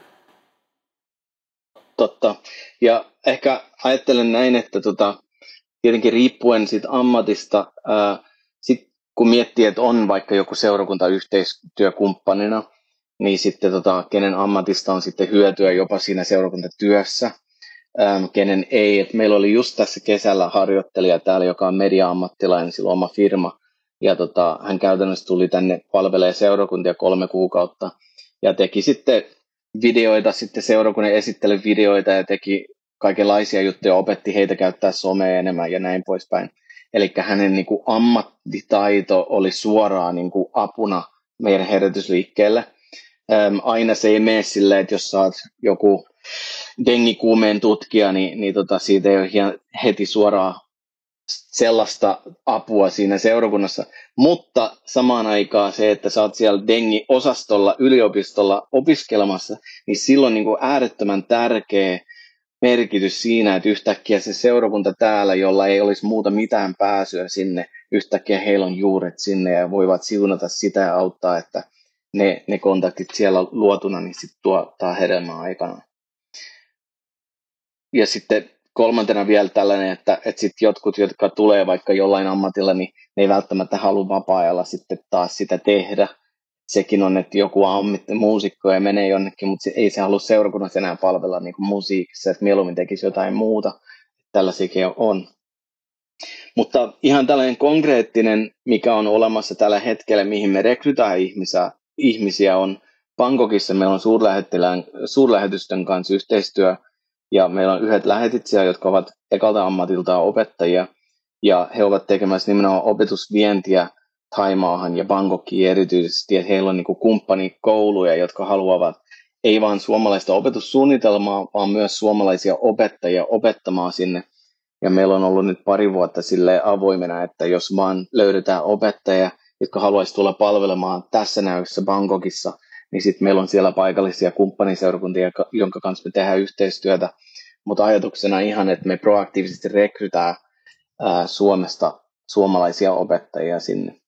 Totta. Ja ehkä ajattelen näin, että tietenkin riippuen siitä ammatista, sit kun miettii, että on vaikka joku seurakunta yhteistyökumppanina, niin sitten kenen ammatista on sitten hyötyä jopa siinä seurakuntatyössä, kenen ei. Et meillä oli just tässä kesällä harjoittelija täällä, joka on media-ammattilainen, sillä on oma firma, ja hän käytännössä tuli tänne palvelee seurakuntia 3 kuukautta, ja teki sitten videoita, sitten seurakunnan esittelyvideoita ja teki kaikenlaisia juttuja, opetti heitä käyttää somea enemmän ja näin poispäin. Eli hänen niin kuin ammattitaito oli suoraan niin kuin apuna meidän herätysliikkeelle. Aina se ei mene silleen, että jos sä oot joku dengikuumeen tutkija, niin siitä ei ole heti suoraan sellaista apua siinä seurakunnassa, mutta samaan aikaan se, että sä oot siellä dengi-osastolla, yliopistolla opiskelemassa, niin silloin niin kuin äärettömän tärkeä merkitys siinä, että yhtäkkiä se seurakunta täällä, jolla ei olisi muuta mitään pääsyä sinne, yhtäkkiä heillä on juuret sinne ja voivat siunata sitä ja auttaa, että ne kontaktit siellä luotuna, niin sitten tuottaa hedelmää aikanaan. Ja sitten kolmantena vielä tällainen, että sitten jotkut, jotka tulee vaikka jollain ammatilla, niin ne ei välttämättä halua vapaa-ajalla sitten taas sitä tehdä. Sekin on, että joku muusikko ja menee jonnekin, mutta ei se halua seurakunnassa enää palvella niin kuin musiikissa, että mieluummin tekisi jotain muuta. Tällaisiakin on. Mutta ihan tällainen konkreettinen, mikä on olemassa tällä hetkellä, mihin me rekrytään ihmisiä on Bangkokissa. Meillä on suurlähetystön kanssa yhteistyö. Ja meillä on yhdet lähetitsiä, jotka ovat ekalta ammatiltaan opettajia, ja he ovat tekemässä nimenomaan opetusvientiä Thaimaahan ja Bangkokiin erityisesti, että heillä on niin kuin kumppanikouluja, jotka haluavat ei vain suomalaista opetussuunnitelmaa, vaan myös suomalaisia opettajia opettamaan sinne. Ja meillä on ollut nyt 2 vuotta silleen avoimena, että jos vaan löydetään opettajia, jotka haluaisi tulla palvelemaan tässä näyssä Bangkokissa, niin sitten meillä on siellä paikallisia kumppaniseurakuntia, jonka kanssa me tehdään yhteistyötä. Mutta ajatuksena ihan, että me proaktiivisesti rekrytään Suomesta suomalaisia opettajia sinne.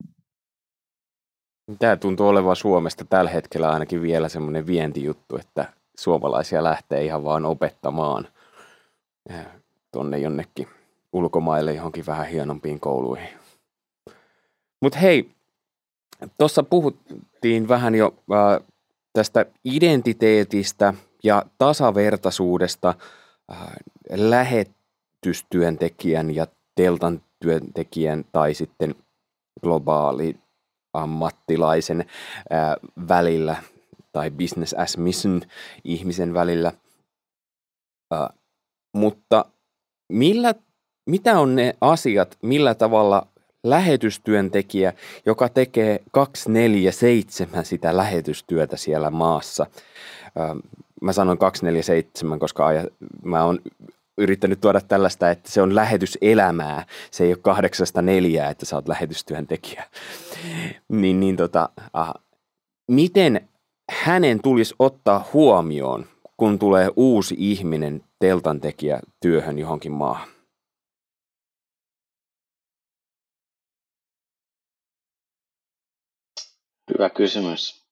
Tämä tuntuu olevan Suomesta tällä hetkellä ainakin vielä semmoinen vientijuttu, että suomalaisia lähtee ihan vaan opettamaan tuonne jonnekin ulkomaille johonkin vähän hienompiin kouluihin. Mutta hei, tuossa puhuttiin vähän jo tästä identiteetistä ja tasavertaisuudesta lähetystyöntekijän ja teltan työntekijän tai sitten globaali ammattilaisen välillä tai business as mission ihmisen välillä. Mutta mitä on ne asiat, millä tavalla lähetystyöntekijä, joka tekee 247 sitä lähetystyötä siellä maassa. Mä sanoin 247, koska mä oon yrittänyt tuoda tällaista, että se on lähetyselämää. Se ei ole 8-4, että sä oot lähetystyöntekijä. Miten hänen tulisi ottaa huomioon, kun tulee uusi ihminen teltantekijä työhön johonkin maahan? Hyvä kysymys.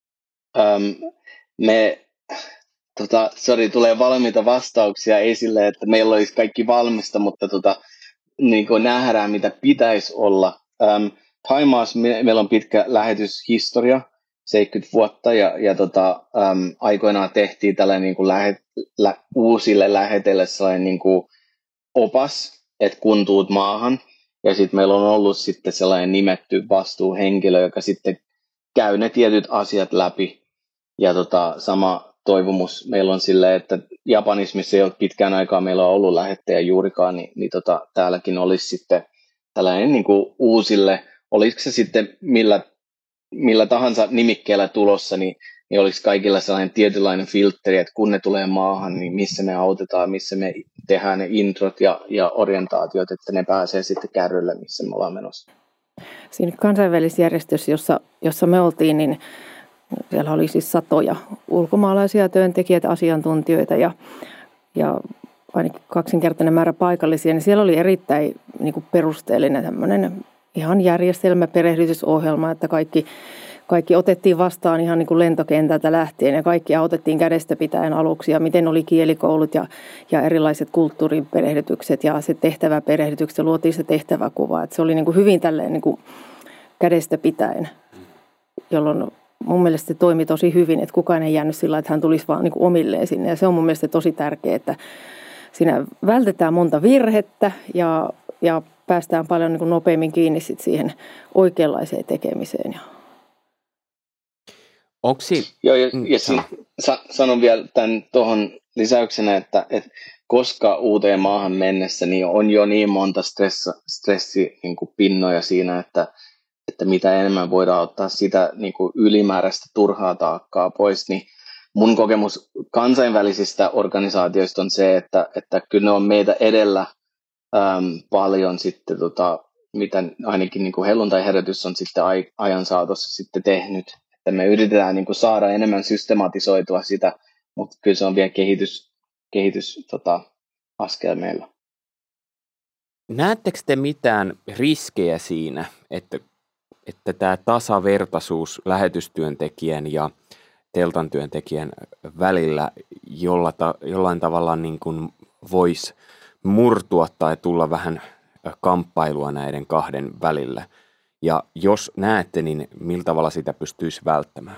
Tulee valmiita vastauksia esille, että meillä olisi kaikki valmista, mutta niin kuin nähdään, mitä pitäisi olla. Thaimaassa meillä on pitkä lähetyshistoria, 70 vuotta, ja aikoinaan tehtiin tällainen niin kuin uusille läheteille sellainen niin kuin opas, että kun tuut maahan, ja sitten meillä on ollut sitten sellainen nimetty vastuuhenkilö, joka sitten käy ne tietyt asiat läpi. Ja sama toivomus meillä on silleen, että Japanissa, missä ei ole pitkään aikaa meillä on ollut lähettäjä juurikaan, niin täälläkin olisi sitten tällainen niin kuin uusille, olisiko se sitten millä tahansa nimikkeellä tulossa, niin olisi kaikilla sellainen tietynlainen filtteri, että kun ne tulee maahan, niin missä me autetaan, missä me tehdään ne introt ja orientaatiot, että ne pääsee sitten kärrylle, missä me ollaan menossa. Siinä kansainvälisessä järjestössä, jossa me oltiin, niin Siellä oli siis satoja ulkomaalaisia työntekijöitä, asiantuntijoita ja ainakin kaksinkertainen määrä paikallisia, niin siellä oli erittäin niin kuin perusteellinen tämmöinen ihan järjestelmäperehdytysohjelma, että kaikki otettiin vastaan ihan niin kuin lentokentältä lähtien ja kaikki autettiin kädestä pitäen aluksi ja miten oli kielikoulut ja erilaiset kulttuurin perehdytykset ja se tehtäväperehdytykset ja luotiin se tehtäväkuva. Että se oli niin kuin hyvin tälleen niin kuin kädestä pitäen, jolloin mun mielestä se toimi tosi hyvin, että kukaan ei jäänyt sillä, että hän tulisi vaan niin kuin omilleen sinne ja se on mun mielestä tosi tärkeää, että siinä vältetään monta virhettä ja päästään paljon niin kuin nopeammin kiinni sit siihen oikeanlaiseen tekemiseen. Joo, ja sanon vielä tämän tuohon lisäyksenä, että koska uuteen maahan mennessä niin on jo niin monta stressipinnoja siinä, että mitä enemmän voidaan ottaa sitä niin kuin ylimääräistä turhaa taakkaa pois, niin mun kokemus kansainvälisistä organisaatioista on se, että kyllä ne on meitä edellä paljon sitten, mitä ainakin niin kuin helluntai-herätys on sitten ajan saatossa sitten tehnyt. Että me yritetään niin kuin saada enemmän systematisoitua sitä, mutta kyllä se on vielä kehitys askel meillä. Näettekö te mitään riskejä siinä, että tämä tasavertaisuus lähetystyöntekijän ja teltan työntekijän välillä jollain tavalla niin kuin voisi murtua tai tulla vähän kamppailua näiden kahden välillä? Ja jos näette, niin millä tavalla sitä pystyisi välttämään?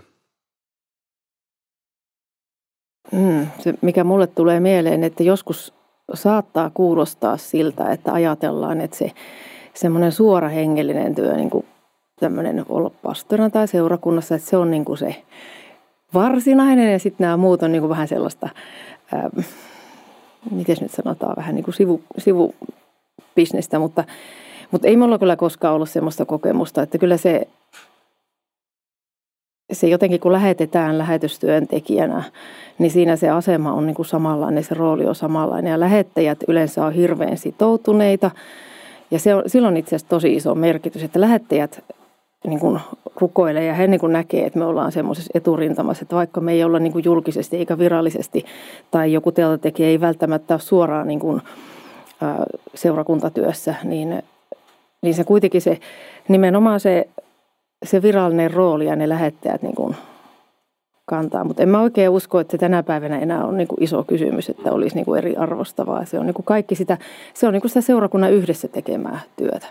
Se, mikä mulle tulee mieleen, että joskus saattaa kuulostaa siltä, että ajatellaan, että se semmoinen suora hengellinen työ, niin kuin tämmöinen olla pastorina tai seurakunnassa, että se on niin kuin se varsinainen ja sitten nämä muut on niin kuin vähän sellaista, miten nyt sanotaan, vähän niin kuin sivubisnestä, mutta ei mulla kyllä koskaan ollut semmoista kokemusta, että kyllä se jotenkin kun lähetetään lähetystyöntekijänä, niin siinä se asema on niin kuin samanlainen, se rooli on samanlainen ja lähettäjät yleensä on hirveän sitoutuneita ja sillä on itse asiassa tosi iso merkitys, että lähettäjät niin kuin rukoilee ja he niin kuin näkee, että me ollaan semmoisessa eturintamassa, että vaikka me ei olla niin kuin julkisesti eikä virallisesti tai joku teltatekijä ei välttämättä ole suoraan niin kuin, seurakuntatyössä, niin se kuitenkin se nimenomaan se virallinen rooli ja ne lähettäjät niin kuin kantaa. Mutta en mä oikein usko, että se tänä päivänä enää on niin kuin iso kysymys, että olisi niin kuin eri arvostavaa. Se on niin kuin kaikki se on niin kuin sitä seurakunnan yhdessä tekemää työtä.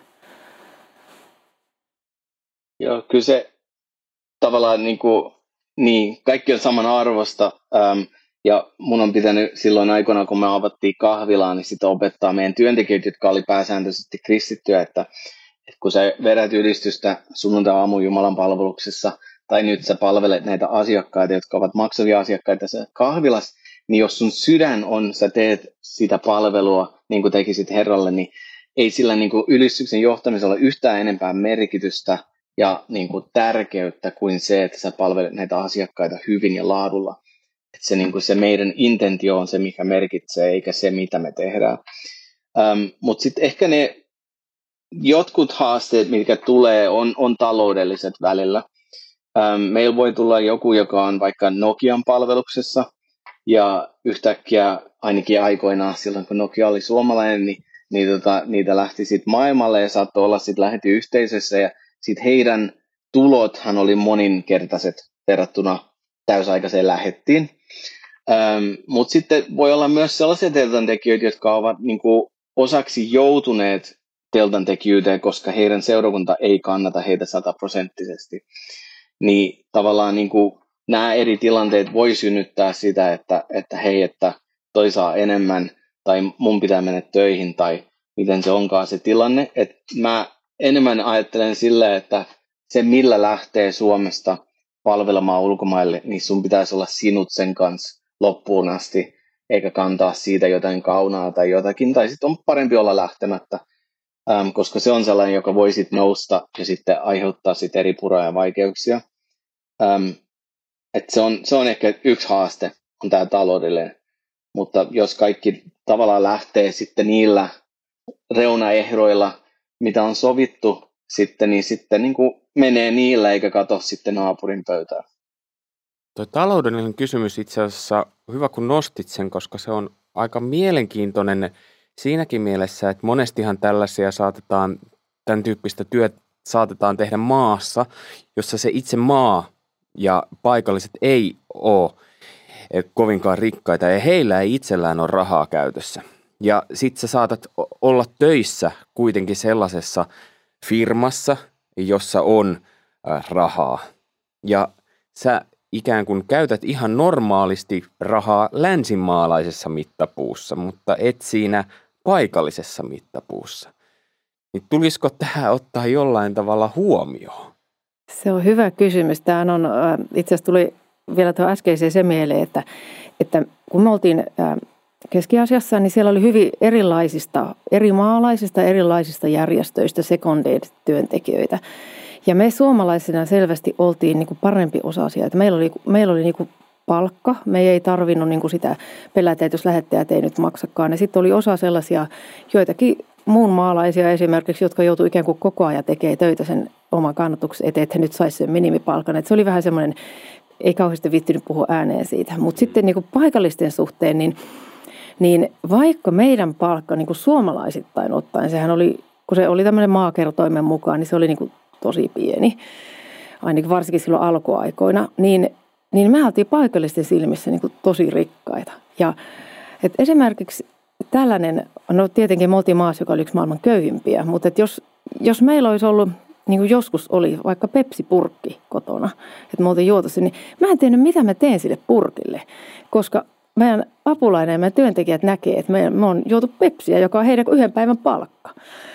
Joo, kyllä se tavallaan niin, kaikki on saman arvosta. Ja mun on pitänyt silloin aikoina, kun me avattiin kahvilaa, niin sitä opettaa meidän työntekijöitä, jotka oli pääsääntöisesti kristittyjä, että kun sä vedät ylistystä sunnuntai-aamun Jumalan palveluksessa, tai nyt sä palvelet näitä asiakkaita, jotka ovat maksavia asiakkaita tässä kahvilassa, niin jos sun sydän on, sä teet sitä palvelua, niin kuin tekisit Herralle, niin ei sillä niin kuin ylistyksen johtamisella ole yhtään enempää merkitystä ja niin kuin tärkeyttä kuin se, että sä palvelet näitä asiakkaita hyvin ja laadulla. Että se, niin kuin se meidän intentio on se, mikä merkitsee, eikä se, mitä me tehdään. Mutta sitten ehkä ne jotkut haasteet, mitkä tulee, on taloudelliset välillä. Meillä voi tulla joku, joka on vaikka Nokian palveluksessa, ja yhtäkkiä ainakin aikoinaan silloin, kun Nokia oli suomalainen, niitä lähti sitten maailmalle ja saattoi olla sitten lähetyyhteisössä, ja sitten heidän tulothan oli moninkertaiset verrattuna täysaikaiseen lähettiin. Mutta sitten voi olla myös sellaisia teltantekijöitä, jotka ovat niinku osaksi joutuneet teltantekijyyteen, koska heidän seurakunta ei kannata heitä 100%. Niin tavallaan niinku nämä eri tilanteet voi synnyttää sitä, että hei, että toi saa enemmän tai mun pitää mennä töihin tai miten se onkaan se tilanne. Et mä enemmän ajattelen silleen, että se millä lähtee Suomesta palvelemaan ulkomaille, niin sun pitäisi olla sinut sen kanssa loppuun asti, eikä kantaa siitä jotain kaunaa tai jotakin, tai sitten on parempi olla lähtemättä, koska se on sellainen, joka voi sitten nousta ja sitten aiheuttaa sitten eri puroja ja vaikeuksia. Et se on ehkä yksi haaste, on tämä taloudellinen, mutta jos kaikki tavallaan lähtee sitten niillä reunaehdoilla, mitä on sovittu sitten, niin sitten niin kuin menee niillä eikä katso sitten naapurin pöytään. Tuo taloudellinen kysymys itse asiassa, hyvä kun nostit sen, koska se on aika mielenkiintoinen siinäkin mielessä, että monestihan tällaisia tämän tyyppistä työtä saatetaan tehdä maassa, jossa se itse maa ja paikalliset ei ole kovinkaan rikkaita ja heillä ei itsellään ole rahaa käytössä. Ja sit sä saatat olla töissä kuitenkin sellaisessa firmassa, jossa on rahaa. Ja sä ikään kuin käytät ihan normaalisti rahaa länsimaalaisessa mittapuussa, mutta et siinä paikallisessa mittapuussa. Niin tulisiko tähän ottaa jollain tavalla huomioon? Se on hyvä kysymys. Tämä on, itse asiassa tuli vielä tuohon äskeiseen se mieleen, että kun me oltiin Keski-Aasiassa, niin siellä oli hyvin eri maalaisista, erilaisista järjestöistä sekondeet-työntekijöitä. Ja me suomalaisina selvästi oltiin niin kuin parempi osasia. Että meillä oli niin kuin palkka, me ei tarvinnut niin kuin sitä pelätä, että jos lähettäjät ei nyt maksakaan. Ja sitten oli osa sellaisia joitakin muun maalaisia esimerkiksi, jotka joutui ikään kuin koko ajan tekemään töitä sen oman kannatuksen eteen, että he nyt saisi sen minimipalkan. Että se oli vähän semmoinen, ei kauheasti viittinyt puhua ääneen siitä. Mutta sitten niin kuin paikallisten suhteen, niin vaikka meidän palkka niin kuin suomalaisittain ottaen, sehän oli, kun se oli tämmöinen maakertoimen mukaan, niin se oli niin kuin tosi pieni, ainakin varsinkin silloin alkuaikoina, niin me oltiin paikallisten silmissä niin kuin tosi rikkaita. Ja että esimerkiksi tällainen, no tietenkin me oltiin maassa, joka oli yksi maailman köyhimpiä, mutta että jos meillä olisi ollut, niin kuin joskus oli vaikka Pepsi-purkki kotona, että me oltiin juotu sen, niin mä en tiennyt, mitä mä teen sille purkille, koska meidän apulainen ja meidän työntekijät näkee, että me on juotu Pepsiä, joka on heidän yhden päivän palkka.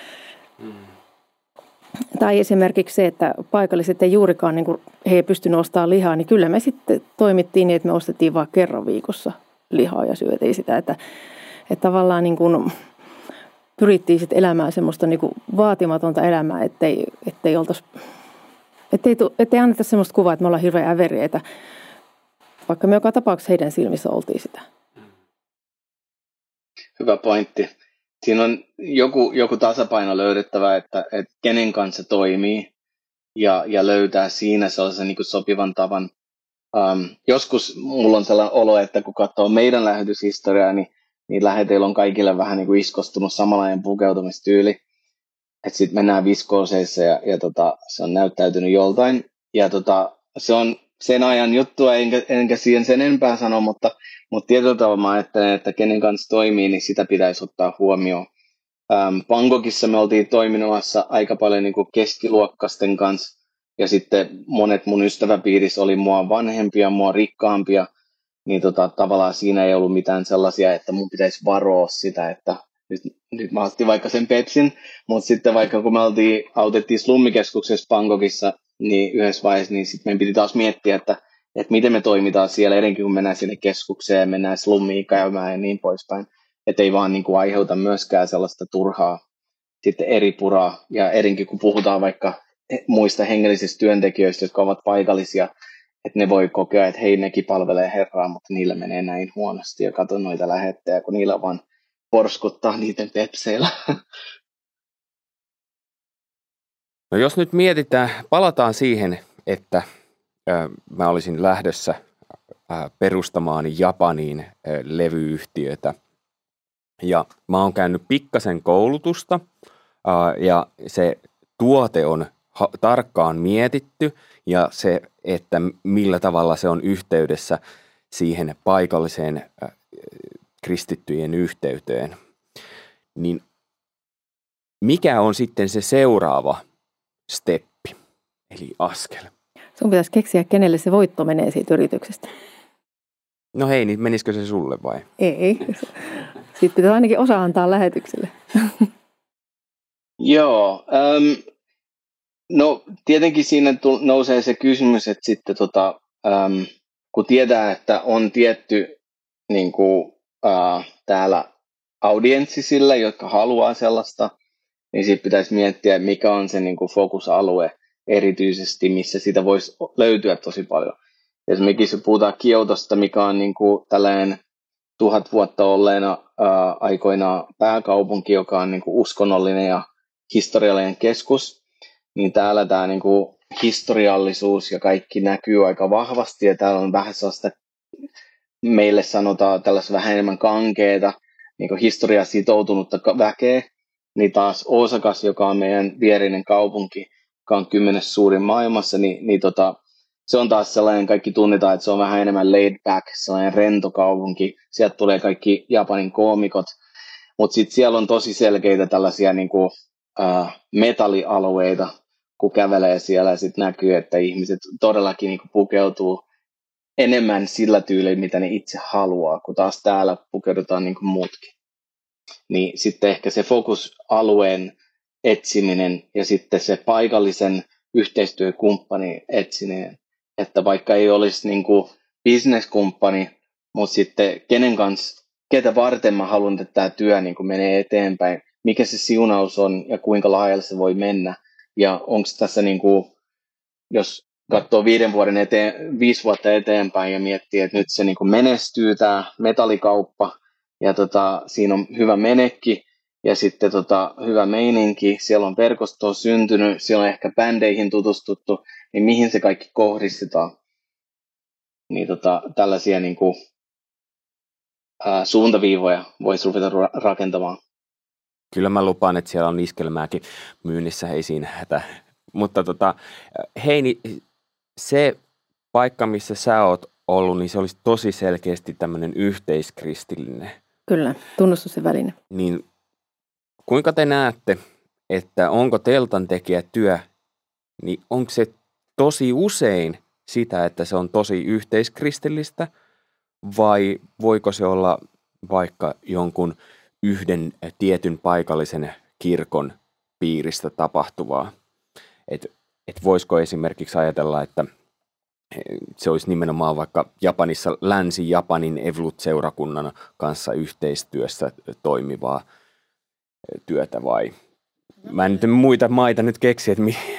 Tai esimerkiksi se, että paikalliset ei juurikaan, niin kuin he ei pystynyt ostamaan lihaa, niin kyllä me sitten toimittiin niin, että me ostettiin vain kerran viikossa lihaa ja syötiin sitä. Että tavallaan niin kuin pyrittiin sitten elämään semmoista niin kuin vaatimatonta elämää, ettei anneta semmoista kuvaa, että me ollaan hirveän äveriäitä, vaikka me joka tapauksessa heidän silmissä oltiin sitä. Hyvä pointti. Siinä on joku tasapaino löydettävä, että kenen kanssa toimii ja löytää siinä sellaisen niin kuin sopivan tavan. Joskus mulla on sellainen olo, että kun katsoo meidän lähetyshistoriaa, niin läheteillä on kaikille vähän niin kuin iskostunut samanlainen pukeutumistyyli. Että sitten mennään viskooseissa ja se on näyttäytynyt joltain. Ja se on sen ajan juttua, enkä siihen sen enempää sano, mutta tietyllä tavalla mä ajattelen, että kenen kanssa toimii, niin sitä pitäisi ottaa huomioon. Bangkokissa me oltiin toiminnassa aika paljon niin kuin keskiluokkaisten kanssa, ja sitten monet mun ystäväpiirissä oli mua vanhempia, mua rikkaampia, niin tavallaan siinä ei ollut mitään sellaisia, että mun pitäisi varoa sitä, että nyt mä otin vaikka sen Pepsin, mutta sitten vaikka kun me autettiin slummikeskuksessa Bangkokissa, niin yhdessä vaiheessa, niin sitten meidän piti taas miettiä, että miten me toimitaan siellä, etenkin kun mennään sinne keskukseen, mennään slummiin käymään ja niin poispäin. Että ei vaan niin kuin aiheuta myöskään sellaista turhaa sitten eri puraa. Ja etenkin kun puhutaan vaikka muista hengellisistä työntekijöistä, jotka ovat paikallisia, että ne voi kokea, että hei, nekin palvelee Herraa, mutta niillä menee näin huonosti. Ja katso noita lähettejä, kun niillä vaan porskuttaa niiden pepseillä. No jos nyt mietitään, palataan siihen, että mä olisin lähdössä perustamaan Japaniin levyyhtiötä. Ja mä oon käynyt pikkasen koulutusta ja se tuote on tarkkaan mietitty ja se, että millä tavalla se on yhteydessä siihen paikalliseen kristittyjen yhteyteen. Niin mikä on sitten se seuraava steppi, eli askel? Sun pitäisi keksiä, kenelle se voitto menee siitä yrityksestä. No hei, niin menisikö se sulle vai? Ei. Siitä pitää ainakin osa antaa lähetykselle. Joo. No tietenkin siinä nousee se kysymys, että sitten kun tietää, että on tietty niin kuin, täällä audienssi sillä, jotka haluaa sellaista, niin sitten pitäisi miettiä, mikä on se niin kuin fokusalue erityisesti, missä sitä voisi löytyä tosi paljon. Esimerkiksi jos puhutaan Kiotosta, mikä on niin kuin tällainen 1000 vuotta olleena aikoinaan pääkaupunki, joka on niin kuin uskonnollinen ja historiallinen keskus, niin täällä tämä niin kuin historiallisuus ja kaikki näkyy aika vahvasti ja täällä on vähän sellaista, meille sanotaan tällaista vähän enemmän kankeeta, niin historiaa sitoutunutta väkeä, niin taas Osakas, joka on meidän vierinen kaupunki, joka on 10. suurin maailmassa, se on taas sellainen, kaikki tunnetaan, että se on vähän enemmän laid back, sellainen rento kaupunki, sieltä tulee kaikki Japanin koomikot, mutta sitten siellä on tosi selkeitä tällaisia metallialueita, kun kävelee siellä ja sitten näkyy, että ihmiset todellakin pukeutuu enemmän sillä tyylillä, mitä ne itse haluaa, kun taas täällä pukeudutaan muutkin. Niin sitten ehkä se fokusalueen etsiminen ja sitten se paikallisen yhteistyökumppanin etsiminen, että vaikka ei olisi bisneskumppani, mutta sitten ketä varten mä haluan, että tämä työ menee eteenpäin, mikä se siunaus on ja kuinka laajalle se voi mennä. Ja onko tässä, jos katsoo 5 vuotta eteenpäin ja miettii, että nyt se menestyy tämä metallikauppa ja siinä on hyvä menekki ja sitten hyvä meininki, siellä on verkostoa syntynyt, siellä on ehkä bändeihin tutustuttu, niin mihin se kaikki kohdistetaan. Niin tällaisia suuntaviivoja voisi ruveta rakentamaan. Kyllä mä lupaan, että siellä on iskelmääkin myynnissä, ei siinä hätä. Mutta Heini, se paikka, missä sä oot ollut, niin se olisi tosi selkeästi tämmöinen yhteiskristillinen. Kyllä, tunnustus ja väline. Niin kuinka te näette, että onko teltantekijätyö, niin onko se tosi usein sitä, että se on tosi yhteiskristillistä, vai voiko se olla vaikka jonkun yhden tietyn paikallisen kirkon piiristä tapahtuvaa? Et voisiko esimerkiksi ajatella, että se olisi nimenomaan vaikka Japanissa Länsi-Japanin Evolut-seurakunnan kanssa yhteistyössä toimivaa työtä vai? Mä en nyt muita maita nyt keksi,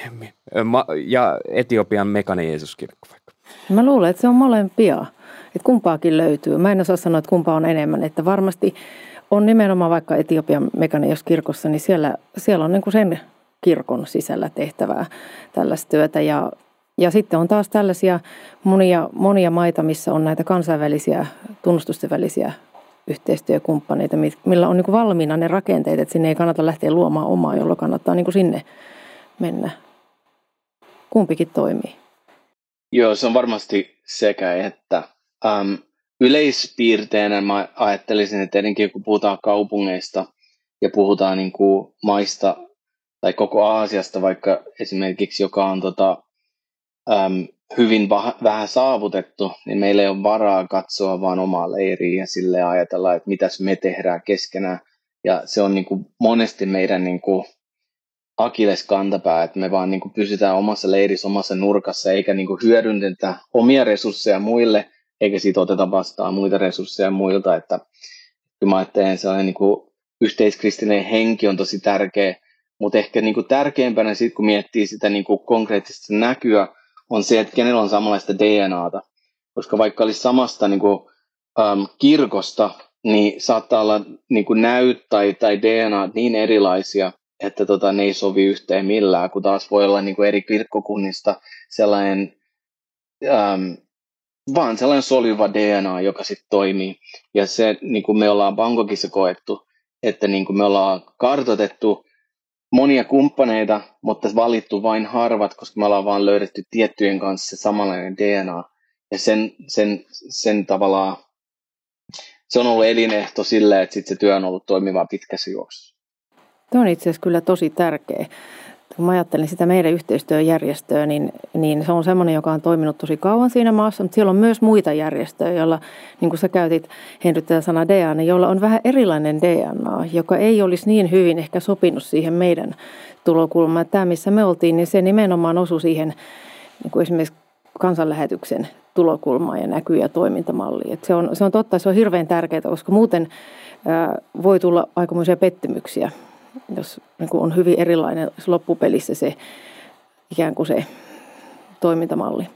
ja Etiopian Mekanen Jeesuskirkko vaikka. Mä luulen, että se on molempia, että kumpaakin löytyy. Mä en osaa sanoa, että kumpaa on enemmän, että varmasti on nimenomaan vaikka Etiopian Mekanen Jeesuskirkossa, niin siellä on sen kirkon sisällä tehtävää tällaista työtä ja sitten on taas tällaisia monia maita, missä on näitä kansainvälisiä tunnustusten välisiä yhteistyökumppaneita, millä on valmiina ne rakenteet, että sinne ei kannata lähteä luomaan omaa, jolloin kannattaa sinne mennä. Kumpikin toimii. Joo, se on varmasti sekä että. Yleispiirteenä mä ajattelisin, että etenkin kun puhutaan kaupungeista ja puhutaan maista tai koko Aasiasta vaikka esimerkiksi, joka on hyvin vähän saavutettu, niin meillä ei ole varaa katsoa vaan omaa leiriä ja silleen ajatella, että mitäs me tehdään keskenään. Ja se on monesti meidän akilleskantapää, että me vaan pysytään omassa leirissä, omassa nurkassa, eikä hyödynnetä omia resursseja muille, eikä siitä oteta vastaan muita resursseja muilta. Että mä ajattelen, sellainen yhteiskristillinen henki on tosi tärkeä, mutta ehkä tärkeimpänä sitten, kun miettii sitä konkreettista näkyä, on se, että kenellä on samanlaista DNAta. Koska vaikka olisi samasta kirkosta, niin saattaa olla näyt tai DNA niin erilaisia, että ne ei sovi yhteen millään, kun taas voi olla eri kirkkokunnista sellainen, vaan sellainen soljuva DNA, joka sitten toimii. Ja se, me ollaan Bangkokissa koettu, että me ollaan kartoitettu monia kumppaneita, mutta valittu vain harvat, koska me ollaan vaan löydetty tiettyjen kanssa se samanlainen DNA. Ja sen tavallaan, se on ollut elinehto sille, että sit se työ on ollut toimivaa pitkässä juoksussa. Tuo on itse asiassa kyllä tosi tärkeä. Kun mä ajattelin sitä meidän yhteistyöjärjestöä, niin se on semmoinen, joka on toiminut tosi kauan siinä maassa, mutta siellä on myös muita järjestöjä, joilla, niin kuin sä käytit Henry tätä sanaa DNA, joilla on vähän erilainen DNA, joka ei olisi niin hyvin ehkä sopinut siihen meidän tulokulmaan. Tämä, missä me oltiin, niin se nimenomaan osui siihen niin kuin esimerkiksi kansanlähetyksen tulokulmaan ja näky- ja toimintamalliin. Että se on totta, se on hirveän tärkeää, koska muuten voi tulla aikamoisia pettymyksiä, jos niin kuin on hyvin erilainen loppupelissä se ikään kuin se toimintamalli.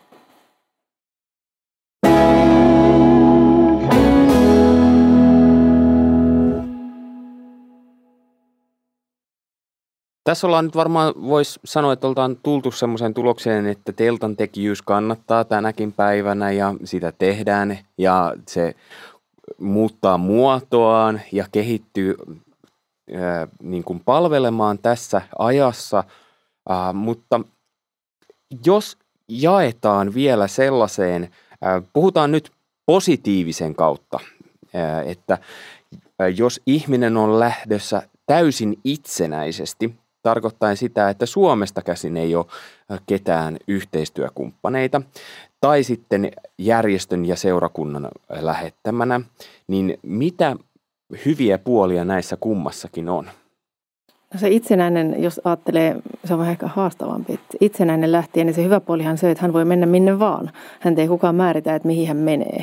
Tässä ollaan nyt varmaan, voisi sanoa, että oltaan tultu semmoiseen tulokseen, että teltan tekijyys kannattaa tänäkin päivänä ja sitä tehdään ja se muuttaa muotoaan ja kehittyy niin kuin palvelemaan tässä ajassa, mutta jos jaetaan vielä sellaiseen, puhutaan nyt positiivisen kautta, että jos ihminen on lähdössä täysin itsenäisesti, tarkoittaen sitä, että Suomesta käsin ei ole ketään yhteistyökumppaneita, tai sitten järjestön ja seurakunnan lähettämänä, niin mitä hyviä puolia näissä kummassakin on? No se itsenäinen, jos ajattelee, se on vähän ehkä haastavampi. Että itsenäinen lähtien, niin se hyvä puolihan on se, että hän voi mennä minne vaan. Hän ei kukaan määritä, että mihin hän menee.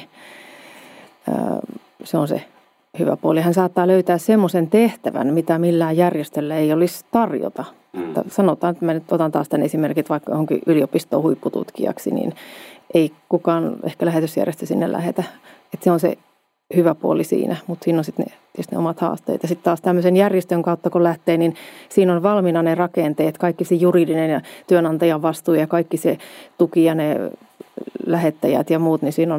Se on se hyvä puoli. Hän saattaa löytää semmoisen tehtävän, mitä millään järjestöllä ei olisi tarjota. Sanotaan, että mä nyt otan taas tämän esimerkin, vaikka johonkin yliopistoon huippututkijaksi, niin ei kukaan ehkä lähetysjärjestö sinne lähetä. Että se on se hyvä puoli siinä, mutta siinä on sitten ne omat haasteet. Ja sitten taas tämmöisen järjestön kautta, kun lähtee, niin siinä on valmiina ne rakenteet, kaikki se juridinen ja työnantajan vastuu ja kaikki se tuki ja ne lähettäjät ja muut, niin siinä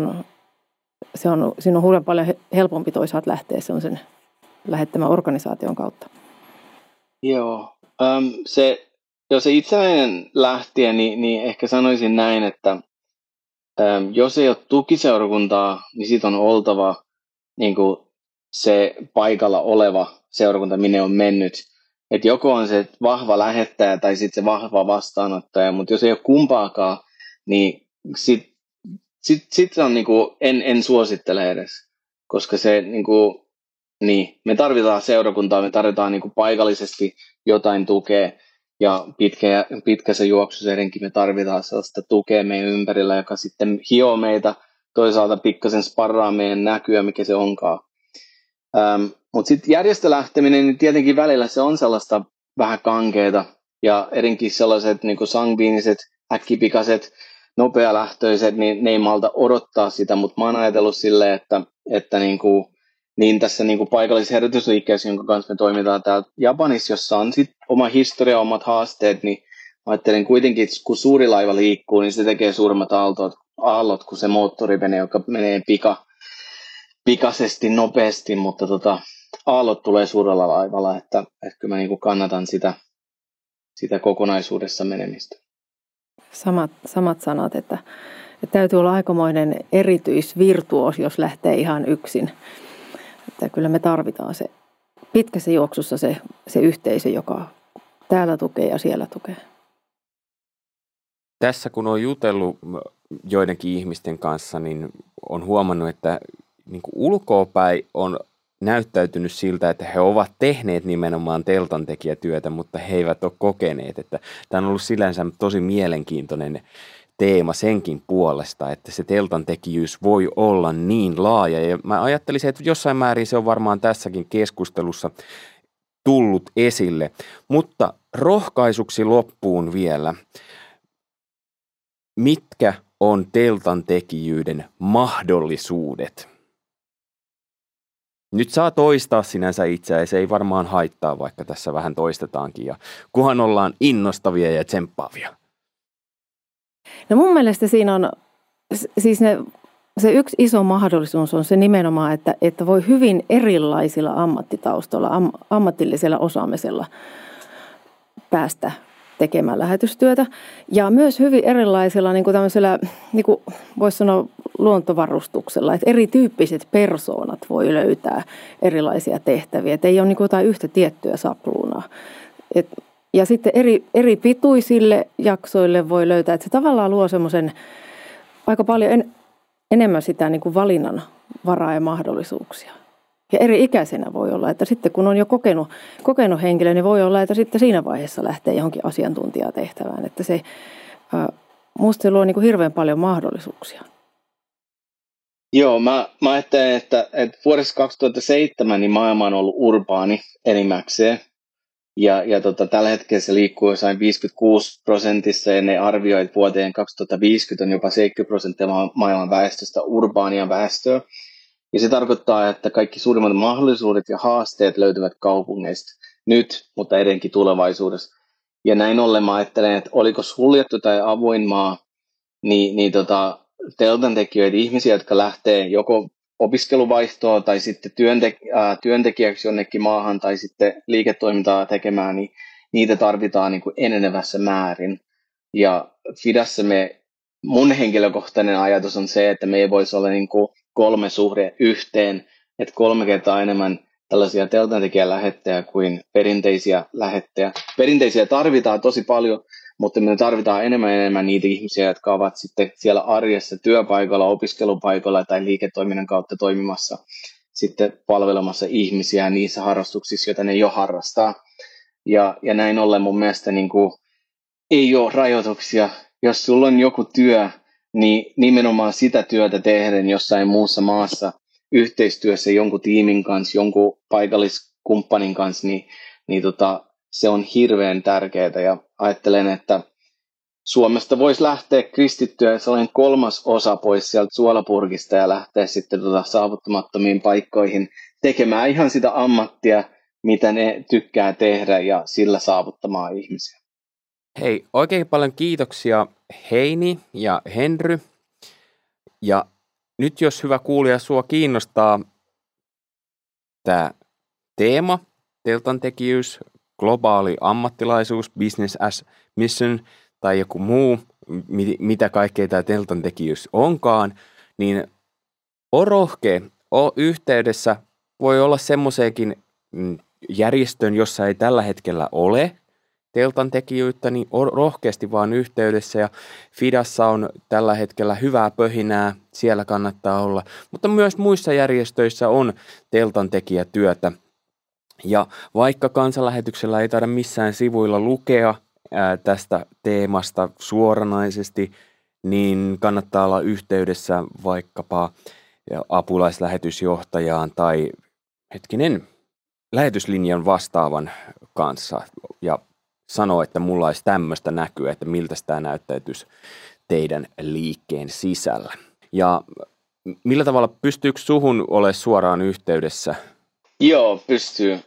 on hurjan paljon helpompi toisaalta lähteä sen lähettämän organisaation kautta. Joo, jos se itsenäinen lähtee, niin ehkä sanoisin näin, että jos ei ole tukiseurakuntaa, niin siitä on oltava niin kuin se paikalla oleva seurakunta, minne on mennyt. Et joko on se vahva lähettäjä tai sitten se vahva vastaanottaja, mutta jos ei ole kumpaakaan, niin sit se on niin kuin, en suosittele edes, koska se niin, me tarvitaan seurakuntaa, me tarvitaan niin kuin paikallisesti jotain tukea ja pitkässä juoksussa edenkin me tarvitaan sellaista tukea meidän ympärillä, joka sitten hioo meitä, toisaalta pikkasen sparraa meidän näkyä, mikä se onkaan. Mutta sitten järjestölähteminen, niin tietenkin välillä se on sellaista vähän kankeeta ja edenkin sellaiset niin kuin sangviiniset, äkkipikaset, nopealähtöiset, niin ne ei malta odottaa sitä, mutta mä oon ajatellut silleen, että niin tässä niin kuin paikallisessa herätysliikkeessä, jonka kanssa me toimitaan täällä Japanissa, jossa on sit oma historia, omat haasteet, niin mä ajattelen kuitenkin, että kun suuri laiva liikkuu, niin se tekee suuremmat aallot kuin se moottorivene, joka menee pikaisesti, nopeasti, mutta aallot tulee suurella laivalla, että kyllä mä niin kuin kannatan sitä kokonaisuudessa menemistä. Samat sanat, että täytyy olla aikamoinen erityisvirtuos, jos lähtee ihan yksin. Että kyllä me tarvitaan se pitkässä juoksussa se yhteisö, joka täällä tukee ja siellä tukee. Tässä kun on jutellut joidenkin ihmisten kanssa, niin on huomannut, että niin kuin ulkoapäin on näyttäytynyt siltä, että he ovat tehneet nimenomaan teltantekijätyötä, mutta he eivät ole kokeneet. Että tämä on ollut sillänsä tosi mielenkiintoinen teema senkin puolesta, että se teltantekijyys voi olla niin laaja. Ja mä ajattelisin, että jossain määrin se on varmaan tässäkin keskustelussa tullut esille. Mutta rohkaisuksi loppuun vielä. Mitkä on teltantekijyyden mahdollisuudet? Nyt saa toistaa sinänsä itseä, se ei varmaan haittaa, vaikka tässä vähän toistetaankin. Ja kunhan ollaan innostavia ja tsemppaavia. No mun mielestä siinä on, siis se yksi iso mahdollisuus on se nimenomaan, että voi hyvin erilaisilla ammattitaustoilla, ammatillisella osaamisella päästä tekemään lähetystyötä. Ja myös hyvin erilaisilla niin kuin tämmöisellä, niin kuin voisi sanoa luontovarustuksella, että erityyppiset persoonat voi löytää erilaisia tehtäviä. Että ei ole niin kuin jotain yhtä tiettyä sapluunaa. Ja sitten eri pituisille jaksoille voi löytää, että se tavallaan luo semmoisen aika paljon enemmän sitä niin kuin valinnan varaa ja mahdollisuuksia. Ja eri ikäisenä voi olla, että sitten kun on jo kokenut henkilö, niin voi olla, että sitten siinä vaiheessa lähtee johonkin asiantuntijatehtävään. Että se, musta se luo niin kuin hirveän paljon mahdollisuuksia. Joo, mä ajattelen, että vuodessa 2007 niin maailma on ollut urbaani enimmäkseen. Ja tällä hetkellä se liikkuu jossain 56% ja ne arvioi, että vuoteen 2050 on jopa 70% maailman väestöstä urbaania väestöä. Ja se tarkoittaa, että kaikki suurimmat mahdollisuudet ja haasteet löytyvät kaupungeista. nyt, mutta edenkin tulevaisuudessa. Ja näin ollen mä ajattelen, että oliko suljettu tai avoin maa, niin teltan tekijöitä, ihmisiä, jotka lähtee joko opiskeluvaihtoon tai sitten työntekijäksi jonnekin maahan tai sitten liiketoimintaa tekemään, niin niitä tarvitaan niin kuin enenevässä määrin. Ja Fidassa mun henkilökohtainen ajatus on se, että me ei voisi olla niin kuin 3 suhde yhteen, että 3 kertaa enemmän tällaisia teltantekijän lähettejä kuin perinteisiä lähettejä. Perinteisiä tarvitaan tosi paljon, mutta me tarvitaan enemmän niitä ihmisiä, jotka ovat sitten siellä arjessa, työpaikalla, opiskelupaikalla tai liiketoiminnan kautta toimimassa, sitten palvelemassa ihmisiä niissä harrastuksissa, joita ne jo harrastaa. Ja näin ollen mun mielestä niin kuin ei ole rajoituksia. Jos sulla on joku työ, niin nimenomaan sitä työtä tehden jossain muussa maassa yhteistyössä jonkun tiimin kanssa, jonkun paikalliskumppanin kanssa, niin se on hirveän tärkeää. Ja ajattelen, että Suomesta voisi lähteä kristittyä sellainen 3/3 pois sieltä suolapurkista ja lähteä sitten saavuttamattomiin paikkoihin tekemään ihan sitä ammattia, mitä ne tykkää tehdä ja sillä saavuttamaan ihmisiä. Hei, oikein paljon kiitoksia Heini ja Henry. Ja nyt jos hyvä kuulija sua kiinnostaa tämä teema, teltantekijyys, globaali ammattilaisuus, business as mission tai joku muu, mitä kaikkea tämä teltantekijyys onkaan, niin on rohkea, on yhteydessä, voi olla semmoiseenkin järjestön, jossa ei tällä hetkellä ole teltantekijyyttä, niin on rohkeasti vaan yhteydessä ja Fidassa on tällä hetkellä hyvää pöhinää, siellä kannattaa olla, mutta myös muissa järjestöissä on teltantekijätyötä. Ja vaikka kansanlähetyksellä ei taida missään sivuilla lukea tästä teemasta suoranaisesti, niin kannattaa olla yhteydessä vaikkapa apulaislähetysjohtajaan tai lähetyslinjan vastaavan kanssa ja sanoa, että mulla olisi tämmöistä näkyä, että miltä tämä näyttäytyisi teidän liikkeen sisällä. Ja millä tavalla pystyykö suhun olemaan suoraan yhteydessä? Joo, pystyy.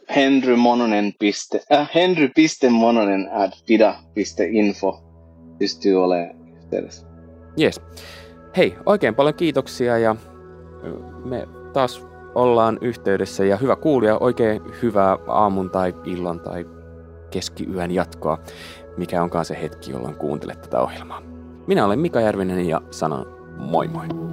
henry.mononen@fida.info pystyy olemaan yhteydessä. Jes. Hei, oikein paljon kiitoksia ja me taas ollaan yhteydessä ja hyvä kuulija, oikein hyvää aamun tai illan tai keskiyön jatkoa, mikä onkaan se hetki, jolloin kuuntelet tätä ohjelmaa. Minä olen Mika Järvinen ja sanon moi moi.